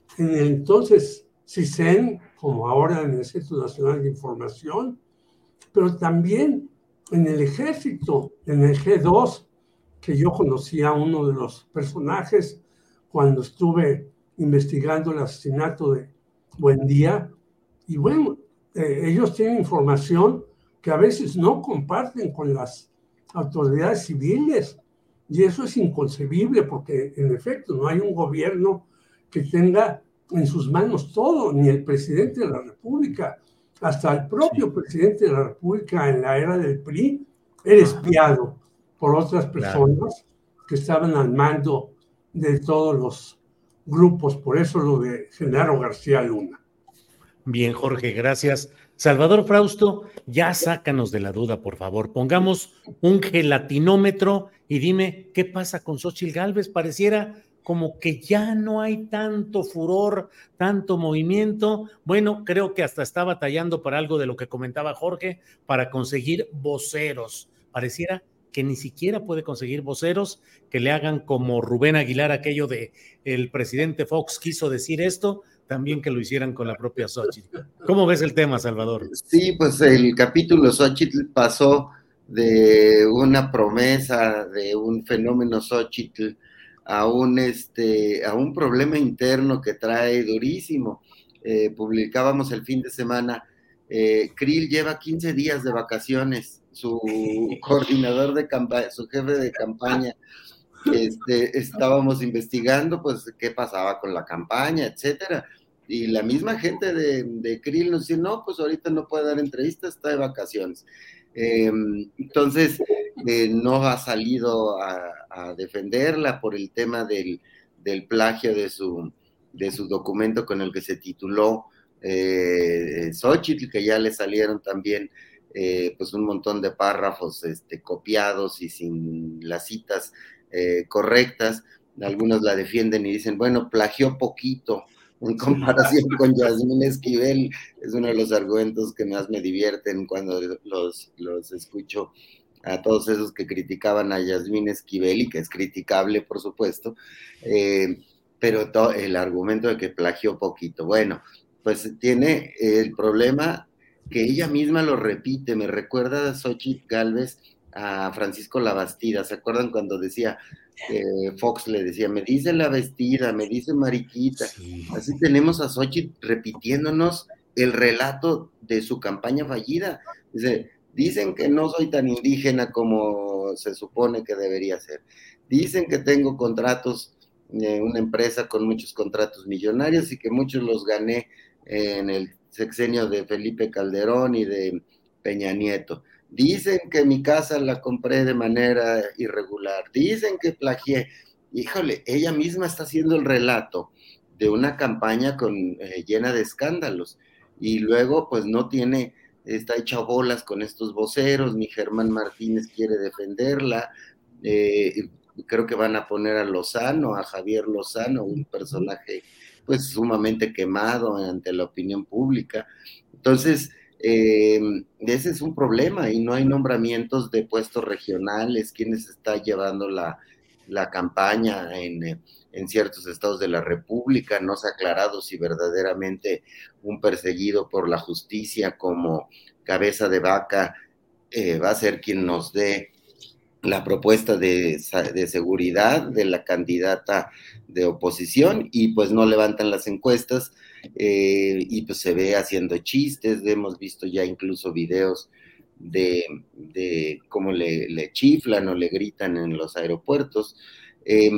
en el entonces CISEN, como ahora en el Centro Nacional de Información, pero también en el Ejército, en el G dos, que yo conocí a uno de los personajes cuando estuve investigando el asesinato de Buendía. Y bueno, eh, ellos tienen información que a veces no comparten con las autoridades civiles, y eso es inconcebible porque en efecto no hay un gobierno que tenga en sus manos todo, ni el presidente de la República, hasta el propio sí. presidente de la República en la era del P R I era espiado por otras personas claro. que estaban al mando de todos los grupos, por eso lo de Genaro García Luna. Bien, Jorge, gracias. Salvador Frausto, ya sácanos de la duda, por favor. Pongamos un gelatinómetro y dime qué pasa con Xóchitl Gálvez. Pareciera como que ya no hay tanto furor, tanto movimiento. Bueno, creo que hasta está batallando para algo de lo que comentaba Jorge, para conseguir voceros. Pareciera que ni siquiera puede conseguir voceros que le hagan como Rubén Aguilar, aquello de el presidente Fox quiso decir esto, también que lo hicieran con la propia Xóchitl. ¿Cómo ves el tema, Salvador? Sí, pues el capítulo Xóchitl pasó de una promesa, de un fenómeno Xóchitl, a un, este, a un problema interno que trae durísimo. Eh, publicábamos el fin de semana, eh, Krill lleva quince días de vacaciones, su coordinador de campaña, su jefe de campaña, este, estábamos investigando pues qué pasaba con la campaña, etcétera, y la misma gente de, de Krill nos dice, no, pues ahorita no puede dar entrevistas, está de vacaciones. Eh, entonces, eh, no ha salido a, a defenderla por el tema del, del plagio de su, de su documento con el que se tituló eh, Xóchitl, que ya le salieron también eh, pues un montón de párrafos este, copiados y sin las citas eh, correctas. Algunos la defienden y dicen, bueno, plagió poquito en comparación con Yasmín Esquivel. Es uno de los argumentos que más me divierten cuando los, los escucho a todos esos que criticaban a Yasmín Esquivel, y que es criticable, por supuesto, eh, pero to, el argumento de que plagió poquito. Bueno, pues tiene el problema que ella misma lo repite. Me recuerda a Xóchitl Gálvez a Francisco Labastida. ¿Se acuerdan cuando decía, eh, Fox le decía, me dice la vestida, me dice Mariquita? Sí. Así tenemos a Xóchitl repitiéndonos el relato de su campaña fallida. Dice, dicen que no soy tan indígena como se supone que debería ser. Dicen que tengo contratos, eh, una empresa con muchos contratos millonarios y que muchos los gané en el sexenio de Felipe Calderón y de Peña Nieto. Dicen que mi casa la compré de manera irregular. Dicen que plagié. Híjole, ella misma está haciendo el relato de una campaña con, eh, llena de escándalos. Y luego, pues no tiene, está hecha bolas con estos voceros, ni Germán Martínez quiere defenderla. Eh, creo que van a poner a Lozano, a Javier Lozano, un personaje pues sumamente quemado ante la opinión pública. Entonces, eh, ese es un problema, y no hay nombramientos de puestos regionales. ¿Quiénes está llevando la, la campaña en, en ciertos estados de la República? No se ha aclarado si verdaderamente un perseguido por la justicia como Cabeza de Vaca eh, va a ser quien nos dé la propuesta de, de seguridad de la candidata de oposición, y pues no levantan las encuestas, eh, y pues se ve haciendo chistes. Hemos visto ya incluso videos de, de cómo le, le chiflan o le gritan en los aeropuertos. Eh,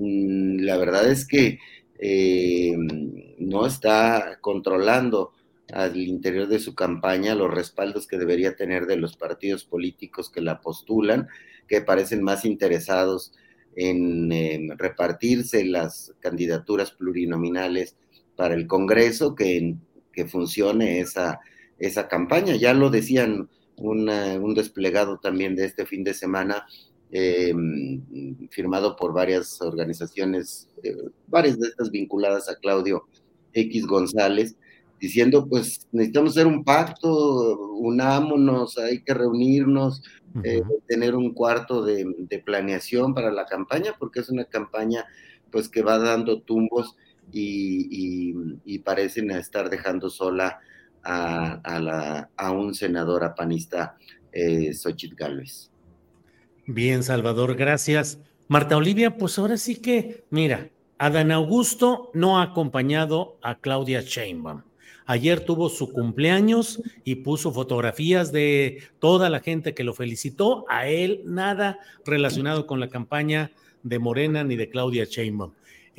la verdad es que eh, no está controlando al interior de su campaña los respaldos que debería tener de los partidos políticos que la postulan, que parecen más interesados en eh, repartirse las candidaturas plurinominales para el Congreso que en que funcione esa, esa campaña. Ya lo decían una, un desplegado también de este fin de semana, eh, firmado por varias organizaciones, eh, varias de estas vinculadas a Claudio X González, diciendo, pues necesitamos hacer un pacto, unámonos, hay que reunirnos, uh-huh. eh, tener un cuarto de, de planeación para la campaña, porque es una campaña pues que va dando tumbos y, y, y parecen estar dejando sola a, a, la, a un senador panista, eh, Xóchitl Gálvez. Bien, Salvador, gracias. Marta Olivia, pues ahora sí que, mira, Adán Augusto no ha acompañado a Claudia Sheinbaum. Ayer tuvo su cumpleaños y puso fotografías de toda la gente que lo felicitó. A él nada relacionado con la campaña de Morena ni de Claudia Sheinbaum.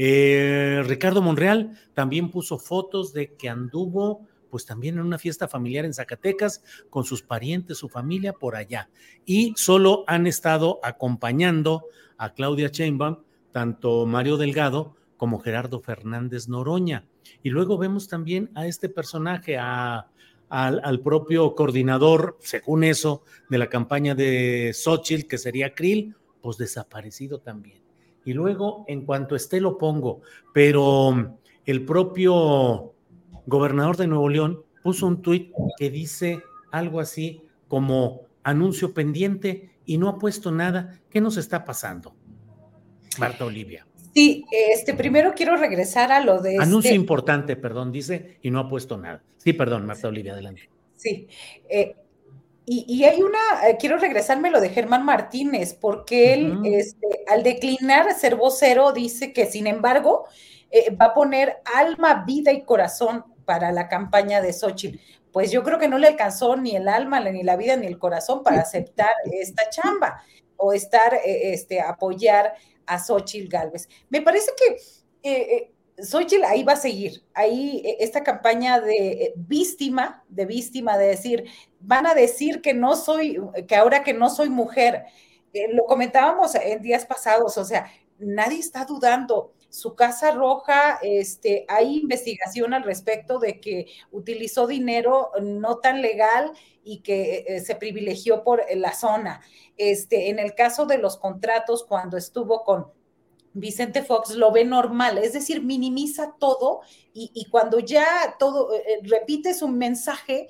Eh, Ricardo Monreal también puso fotos de que anduvo pues también en una fiesta familiar en Zacatecas con sus parientes, su familia por allá. Y solo han estado acompañando a Claudia Sheinbaum tanto Mario Delgado como Gerardo Fernández Noroña. Y luego vemos también a este personaje, a, al, al propio coordinador, según eso, de la campaña de Xóchitl, que sería Krill, pues desaparecido también. Y luego, en cuanto esté, lo pongo, pero el propio gobernador de Nuevo León puso un tuit que dice algo así como anuncio pendiente y no ha puesto nada. ¿Qué nos está pasando, Marta Olivia? Sí, este, primero quiero regresar a lo de Anuncio este... importante, perdón, dice, y no ha puesto nada. Sí, perdón, Marta Olivia, adelante. Sí, eh, y, y hay una, eh, quiero regresarme a lo de Germán Martínez, porque él, uh-huh. este, al declinar ser vocero, dice que, sin embargo, eh, va a poner alma, vida y corazón para la campaña de Xóchitl. Pues yo creo que no le alcanzó ni el alma, ni la vida, ni el corazón para aceptar esta chamba o estar, eh, este, apoyar a Xóchitl Gálvez. Me parece que eh, Xóchitl ahí va a seguir, ahí eh, esta campaña de eh, víctima, de víctima, de decir, van a decir que no soy, que ahora que no soy mujer, eh, lo comentábamos en días pasados, o sea, nadie está dudando. Su Casa Roja, este, hay investigación al respecto de que utilizó dinero no tan legal y que eh, se privilegió por la zona. Este, en el caso de los contratos, cuando estuvo con Vicente Fox, lo ve normal, es decir, minimiza todo y, y cuando ya todo, eh, repites un mensaje,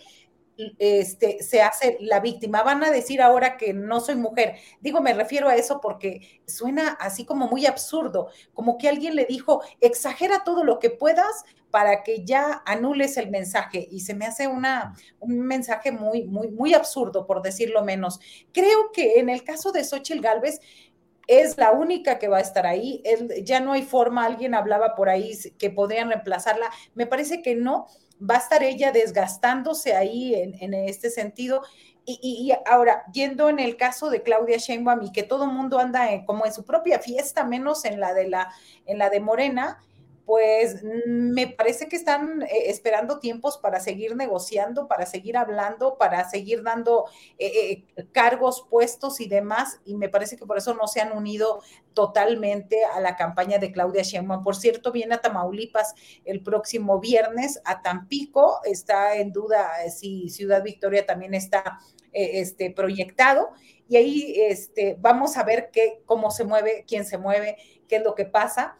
Este, se hace la víctima. Van a decir ahora que no soy mujer. Digo, me refiero a eso porque suena así como muy absurdo, como que alguien le dijo, exagera todo lo que puedas para que ya anules el mensaje, y se me hace una, un mensaje muy, muy, muy absurdo, por decirlo menos. Creo que en el caso de Xóchitl Gálvez, es la única que va a estar ahí, Él, ya no hay forma, alguien hablaba por ahí que podrían reemplazarla, me parece que no, va a estar ella desgastándose ahí en, en este sentido, y, y, y ahora, yendo en el caso de Claudia Sheinbaum, y que todo el mundo anda en, como en su propia fiesta, menos en la de, la, en la de Morena, pues me parece que están eh, esperando tiempos para seguir negociando, para seguir hablando, para seguir dando eh, eh, cargos, puestos y demás, y me parece que por eso no se han unido totalmente a la campaña de Claudia Sheinbaum. Por cierto, viene a Tamaulipas el próximo viernes, a Tampico, está en duda si Ciudad Victoria también está eh, este, proyectado, y ahí este, vamos a ver qué, cómo se mueve, quién se mueve, qué es lo que pasa.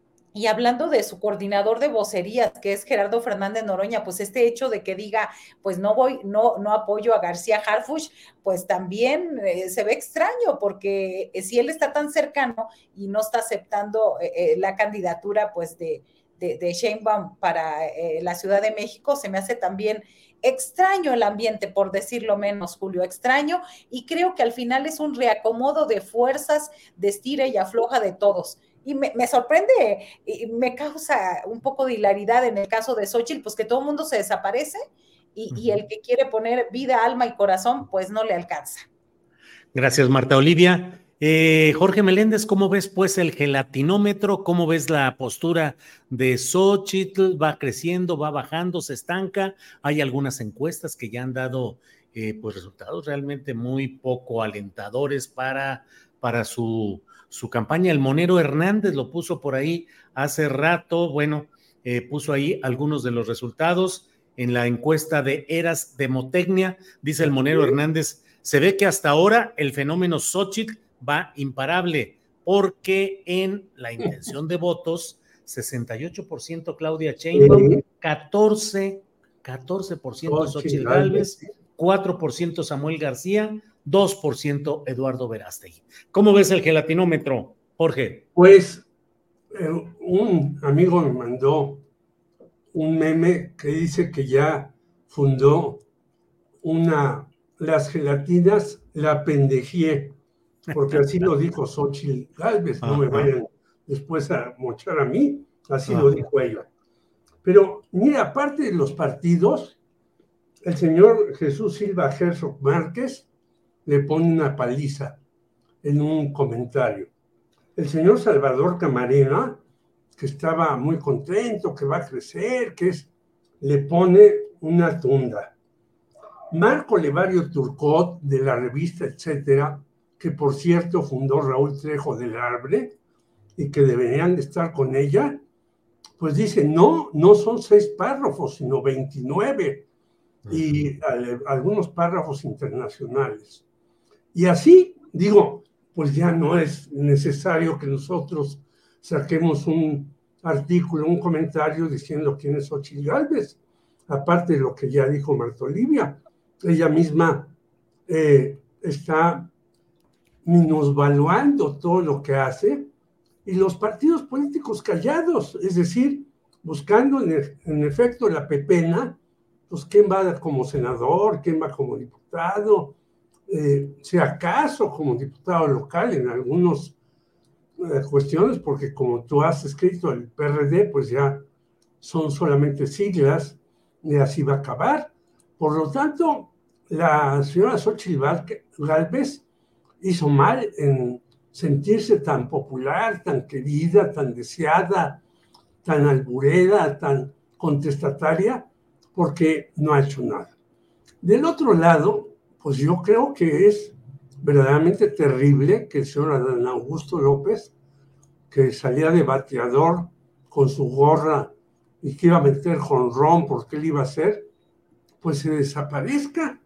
Y hablando de su coordinador de vocerías, que es Gerardo Fernández Noroña, pues este hecho de que diga, pues no voy, no, no apoyo a García Harfuch, pues también eh, se ve extraño, porque si él está tan cercano y no está aceptando eh, la candidatura, pues de, de, de Sheinbaum para eh, la Ciudad de México, se me hace también extraño el ambiente, por decirlo menos, Julio, extraño, y creo que al final es un reacomodo de fuerzas, de estira y afloja de todos. Y me, me sorprende, y me causa un poco de hilaridad en el caso de Xóchitl, pues que todo el mundo se desaparece y, uh-huh. y el que quiere poner vida, alma y corazón, pues no le alcanza. Gracias, Marta Olivia. Eh, Jorge Meléndez, ¿cómo ves pues el gelatinómetro? ¿Cómo ves la postura de Xóchitl? ¿Va creciendo, va bajando, se estanca? Hay algunas encuestas que ya han dado eh, pues resultados realmente muy poco alentadores para, para su... su campaña. El Monero Hernández lo puso por ahí hace rato, bueno, eh, puso ahí algunos de los resultados en la encuesta de Eras Demotecnia, dice el Monero Hernández, se ve que hasta ahora el fenómeno Xóchitl va imparable, porque en la intención de votos, sesenta y ocho por ciento Claudia Sheinbaum, catorce por ciento Xóchitl Gálvez, cuatro por ciento Samuel García, dos por ciento Eduardo Verástegui. ¿Cómo ves el gelatinómetro, Jorge? Pues eh, un amigo me mandó un meme que dice que ya fundó una, las gelatinas la pendejé, porque así lo dijo Xochitl Gálvez, no me vayan después a mochar a mí, así Ajá. lo dijo ella. Pero mira, aparte de los partidos, el señor Jesús Silva Herzog Márquez le pone una paliza en un comentario. El señor Salvador Camarena, que estaba muy contento, que va a crecer, que es, le pone una tunda. Marco Levario Turcot, de la revista Etcétera, que por cierto fundó Raúl Trejo del Arbre, y que deberían de estar con ella, pues dice, no, no son seis párrafos, sino veintinueve, y al, algunos párrafos internacionales. Y así, digo, pues ya no es necesario que nosotros saquemos un artículo, un comentario diciendo quién es Xochitl Gálvez, aparte de lo que ya dijo Marta Olivia. Ella misma eh, está minusvaluando todo lo que hace, y los partidos políticos callados, es decir, buscando en, el, en efecto la pepena, pues quién va como senador, quién va como diputado, eh, si acaso como diputado local en algunas eh, cuestiones, porque como tú has escrito el P R D, pues ya son solamente siglas, y así va a acabar. Por lo tanto, la señora Xochitl Gálvez hizo mal en sentirse tan popular, tan querida, tan deseada, tan alburera, tan contestataria, porque no ha hecho nada. Del otro lado, pues yo creo que es verdaderamente terrible que el señor Adán Augusto López, que salía de bateador con su gorra y que iba a meter jonrón porque él iba a hacer, pues se desaparezca.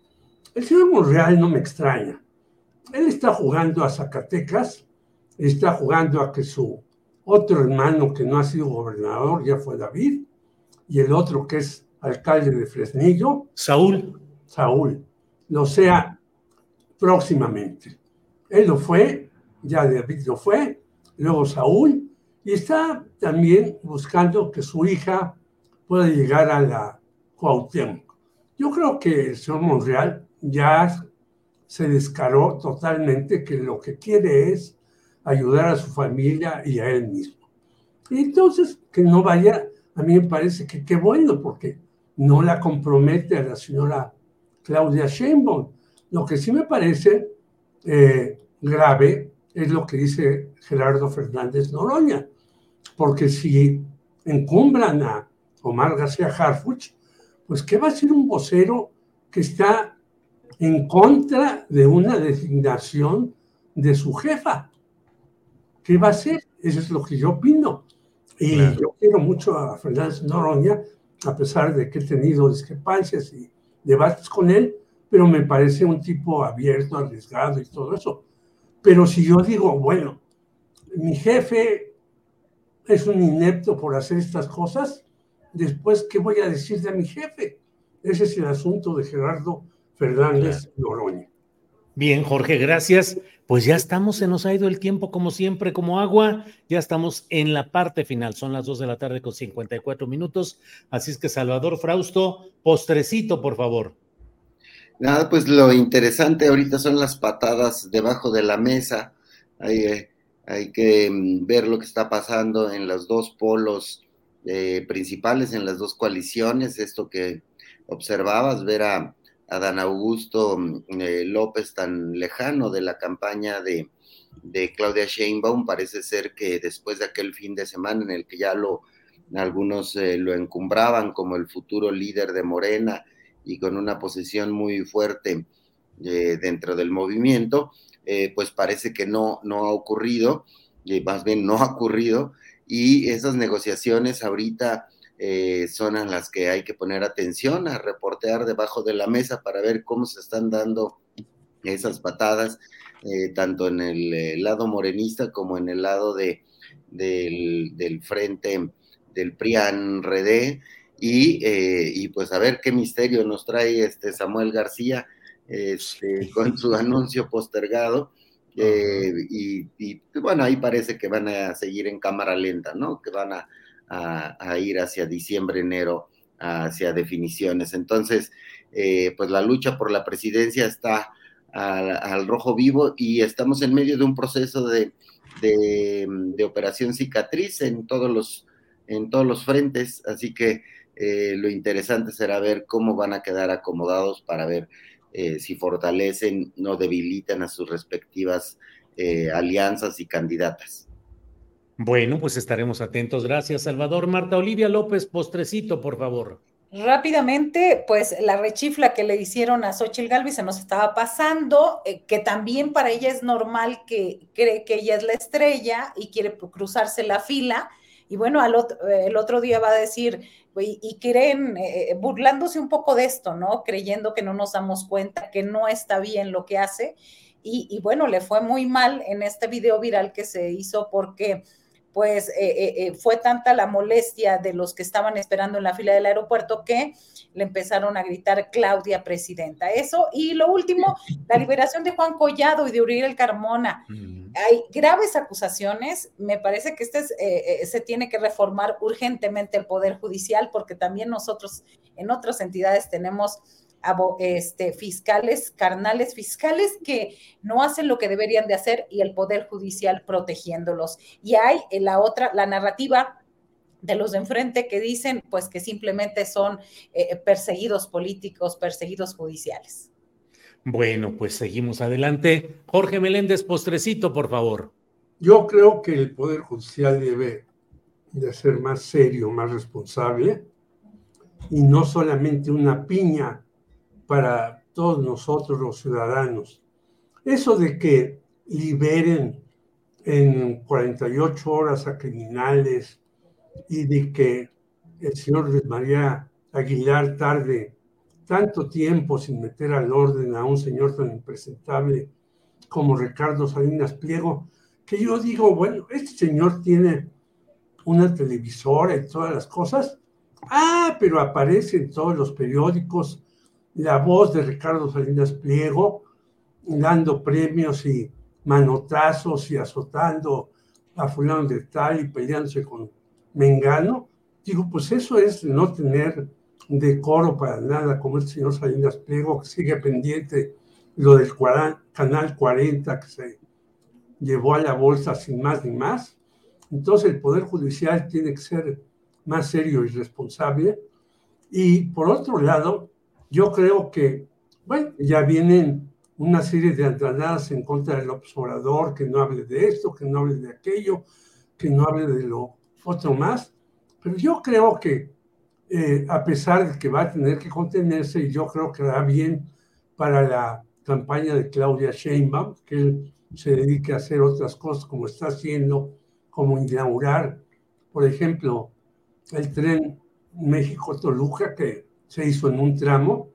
El señor Monreal no me extraña. Él está jugando a Zacatecas, está jugando a que su otro hermano que no ha sido gobernador ya fue David, y el otro que es alcalde de Fresnillo, Saúl, Saúl, lo sea próximamente. Él lo fue, ya David lo fue, luego Saúl, y está también buscando que su hija pueda llegar a la Cuauhtémoc. Yo creo que el señor Monreal ya se descaró totalmente que lo que quiere es ayudar a su familia y a él mismo. Y entonces, que no vaya, a mí me parece que qué bueno, porque no la compromete a la señora Claudia Sheinbaum. Lo que sí me parece eh, grave es lo que dice Gerardo Fernández Noroña, porque si encumbran a Omar García Harfuch, pues ¿qué va a ser un vocero que está en contra de una designación de su jefa? ¿Qué va a hacer? Eso es lo que yo opino. Y claro, yo quiero mucho a Fernández Noroña, a pesar de que he tenido discrepancias y debates con él, pero me parece un tipo abierto, arriesgado y todo eso. Pero si yo digo, bueno, mi jefe es un inepto por hacer estas cosas, después, ¿qué voy a decir de mi jefe? Ese es el asunto de Gerardo Fernández Noroña. Bien, Jorge, gracias. Pues ya estamos, se nos ha ido el tiempo como siempre, como agua. Ya estamos en la parte final. Son las dos de la tarde con cincuenta y cuatro minutos. Así es que, Salvador Frausto, postrecito, por favor. Nada, pues lo interesante ahorita son las patadas debajo de la mesa. Hay, eh, hay que ver lo que está pasando en los dos polos eh, principales, en las dos coaliciones. Esto que observabas, ver a Adán Augusto eh, López tan lejano de la campaña de, de Claudia Sheinbaum. Parece ser que después de aquel fin de semana en el que ya lo, algunos eh, lo encumbraban como el futuro líder de Morena y con una posición muy fuerte eh, dentro del movimiento, eh, pues parece que no, no ha ocurrido, eh, más bien no ha ocurrido, y esas negociaciones ahorita Eh, son en las que hay que poner atención, a reportear debajo de la mesa para ver cómo se están dando esas patadas, eh, tanto en el eh, lado morenista como en el lado de, del, del frente del P R I A N-R D, y, eh, y pues a ver qué misterio nos trae este Samuel García este, con su anuncio postergado, Eh, y, y bueno, ahí parece que van a seguir en cámara lenta, ¿no? Que van a, a, a ir hacia diciembre, enero, hacia definiciones. Entonces, eh, pues la lucha por la presidencia está al, al rojo vivo y estamos en medio de un proceso de, de, de operación cicatriz en todos los, en todos los frentes, así que eh, lo interesante será ver cómo van a quedar acomodados para ver Eh, si fortalecen o debilitan a sus respectivas eh, alianzas y candidatas. Bueno, pues estaremos atentos. Gracias, Salvador. Marta Olivia López, postrecito, por favor. Rápidamente, pues la rechifla que le hicieron a Xóchitl Gálvez se nos estaba pasando, eh, que también para ella es normal que cree que ella es la estrella y quiere cruzarse la fila. Y bueno, al otro, el otro día va a decir, y, y creen, eh, burlándose un poco de esto, ¿no? Creyendo que no nos damos cuenta, que no está bien lo que hace. Y, y bueno, le fue muy mal en este video viral que se hizo porque pues eh, eh, fue tanta la molestia de los que estaban esperando en la fila del aeropuerto que le empezaron a gritar Claudia presidenta. Eso, y lo último, la liberación de Juan Collado y de Uriel Carmona. Mm. Hay graves acusaciones, me parece que este es, eh, eh, se tiene que reformar urgentemente el Poder Judicial, porque también nosotros en otras entidades tenemos Este, fiscales, carnales fiscales que no hacen lo que deberían de hacer y el Poder Judicial protegiéndolos. Y hay en la otra, la narrativa de los de enfrente que dicen pues que simplemente son eh, perseguidos políticos, perseguidos judiciales. Bueno, pues seguimos adelante. Jorge Meléndez, postrecito, por favor. Yo creo que el Poder Judicial debe de ser más serio, más responsable y no solamente una piña para todos nosotros los ciudadanos. Eso de que liberen en cuarenta y ocho horas a criminales y de que el señor Luis María Aguilar tarde tanto tiempo sin meter al orden a un señor tan impresentable como Ricardo Salinas Pliego, que yo digo, bueno, este señor tiene una televisora y todas las cosas. Ah, pero aparece en todos los periódicos la voz de Ricardo Salinas Pliego dando premios y manotazos y azotando a fulano de tal y peleándose con Mengano. Digo, pues eso es no tener decoro para nada, como el señor Salinas Pliego, que sigue pendiente lo del Canal cuarenta que se llevó a la bolsa sin más ni más. Entonces el Poder Judicial tiene que ser más serio y responsable. Y por otro lado, yo creo que, bueno, ya vienen una serie de andanazas en contra del observador, que no hable de esto, que no hable de aquello, que no hable de lo otro más. Pero yo creo que, eh, a pesar de que va a tener que contenerse, y yo creo que hará bien para la campaña de Claudia Sheinbaum, que él se dedique a hacer otras cosas como está haciendo, como inaugurar, por ejemplo, el tren México-Toluca, que se hizo en un tramo,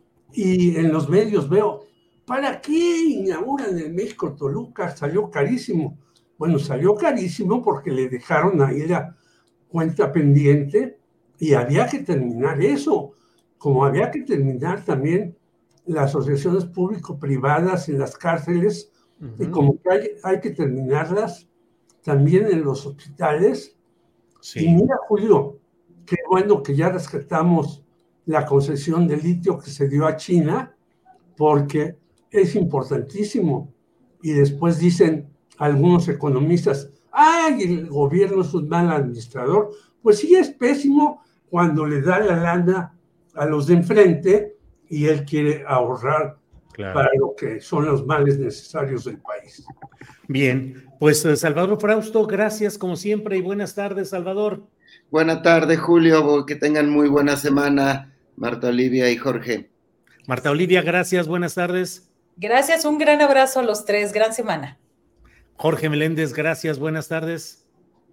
y en los medios veo, ¿para qué inauguran el México-Toluca? Salió carísimo. Bueno, salió carísimo porque le dejaron ahí la cuenta pendiente y había que terminar eso, como había que terminar también las asociaciones público-privadas en las cárceles, uh-huh. Y como que hay, hay que terminarlas también en los hospitales. Sí. Y mira, Julio, qué bueno que ya rescatamos la concesión de litio que se dio a China, porque es importantísimo. Y después dicen algunos economistas, ¡ay, el gobierno es un mal administrador! Pues sí, es pésimo cuando le da la lana a los de enfrente y él quiere ahorrar, claro, para lo que son los males necesarios del país. Bien, pues Salvador Frausto, gracias como siempre y buenas tardes, Salvador. Buenas tardes, Julio, que tengan muy buena semana, Marta Olivia y Jorge. Marta Olivia, gracias, buenas tardes. Gracias, un gran abrazo a los tres, gran semana. Jorge Meléndez, gracias, buenas tardes.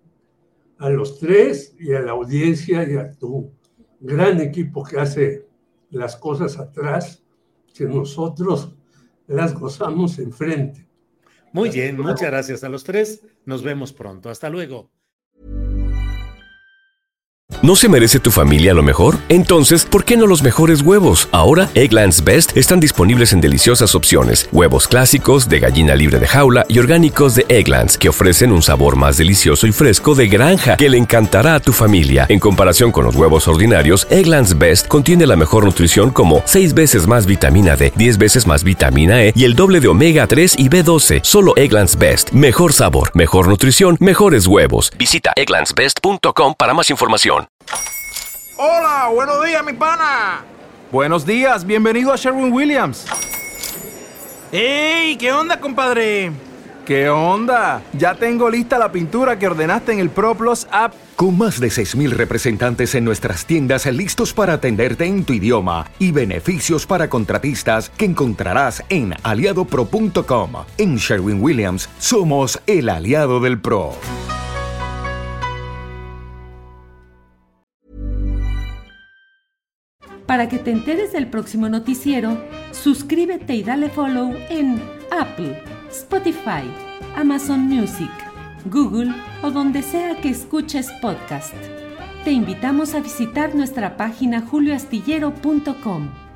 A los tres y a la audiencia y a tu gran equipo que hace las cosas atrás, que nosotros las gozamos enfrente. Muy bien, muchas gracias a los tres. Nos vemos pronto. Hasta luego. ¿No se merece tu familia lo mejor? Entonces, ¿por qué no los mejores huevos? Ahora, Eggland's Best están disponibles en deliciosas opciones. Huevos clásicos, de gallina libre de jaula y orgánicos de Eggland's, que ofrecen un sabor más delicioso y fresco de granja que le encantará a tu familia. En comparación con los huevos ordinarios, Eggland's Best contiene la mejor nutrición como seis veces más vitamina D, diez veces más vitamina E y el doble de omega tres y B doce. Solo Eggland's Best. Mejor sabor, mejor nutrición, mejores huevos. Visita egglands best punto com para más información. Hola, buenos días, mi pana. Buenos días, bienvenido a Sherwin-Williams. ¡Ey! ¿Qué onda, compadre? ¿Qué onda? Ya tengo lista la pintura que ordenaste en el ProPlus app. Con más de seis mil representantes en nuestras tiendas listos para atenderte en tu idioma y beneficios para contratistas que encontrarás en aliado pro punto com. En Sherwin-Williams somos el aliado del pro. Para que te enteres del próximo noticiero, suscríbete y dale follow en Apple, Spotify, Amazon Music, Google o donde sea que escuches podcast. Te invitamos a visitar nuestra página julio astillero punto com.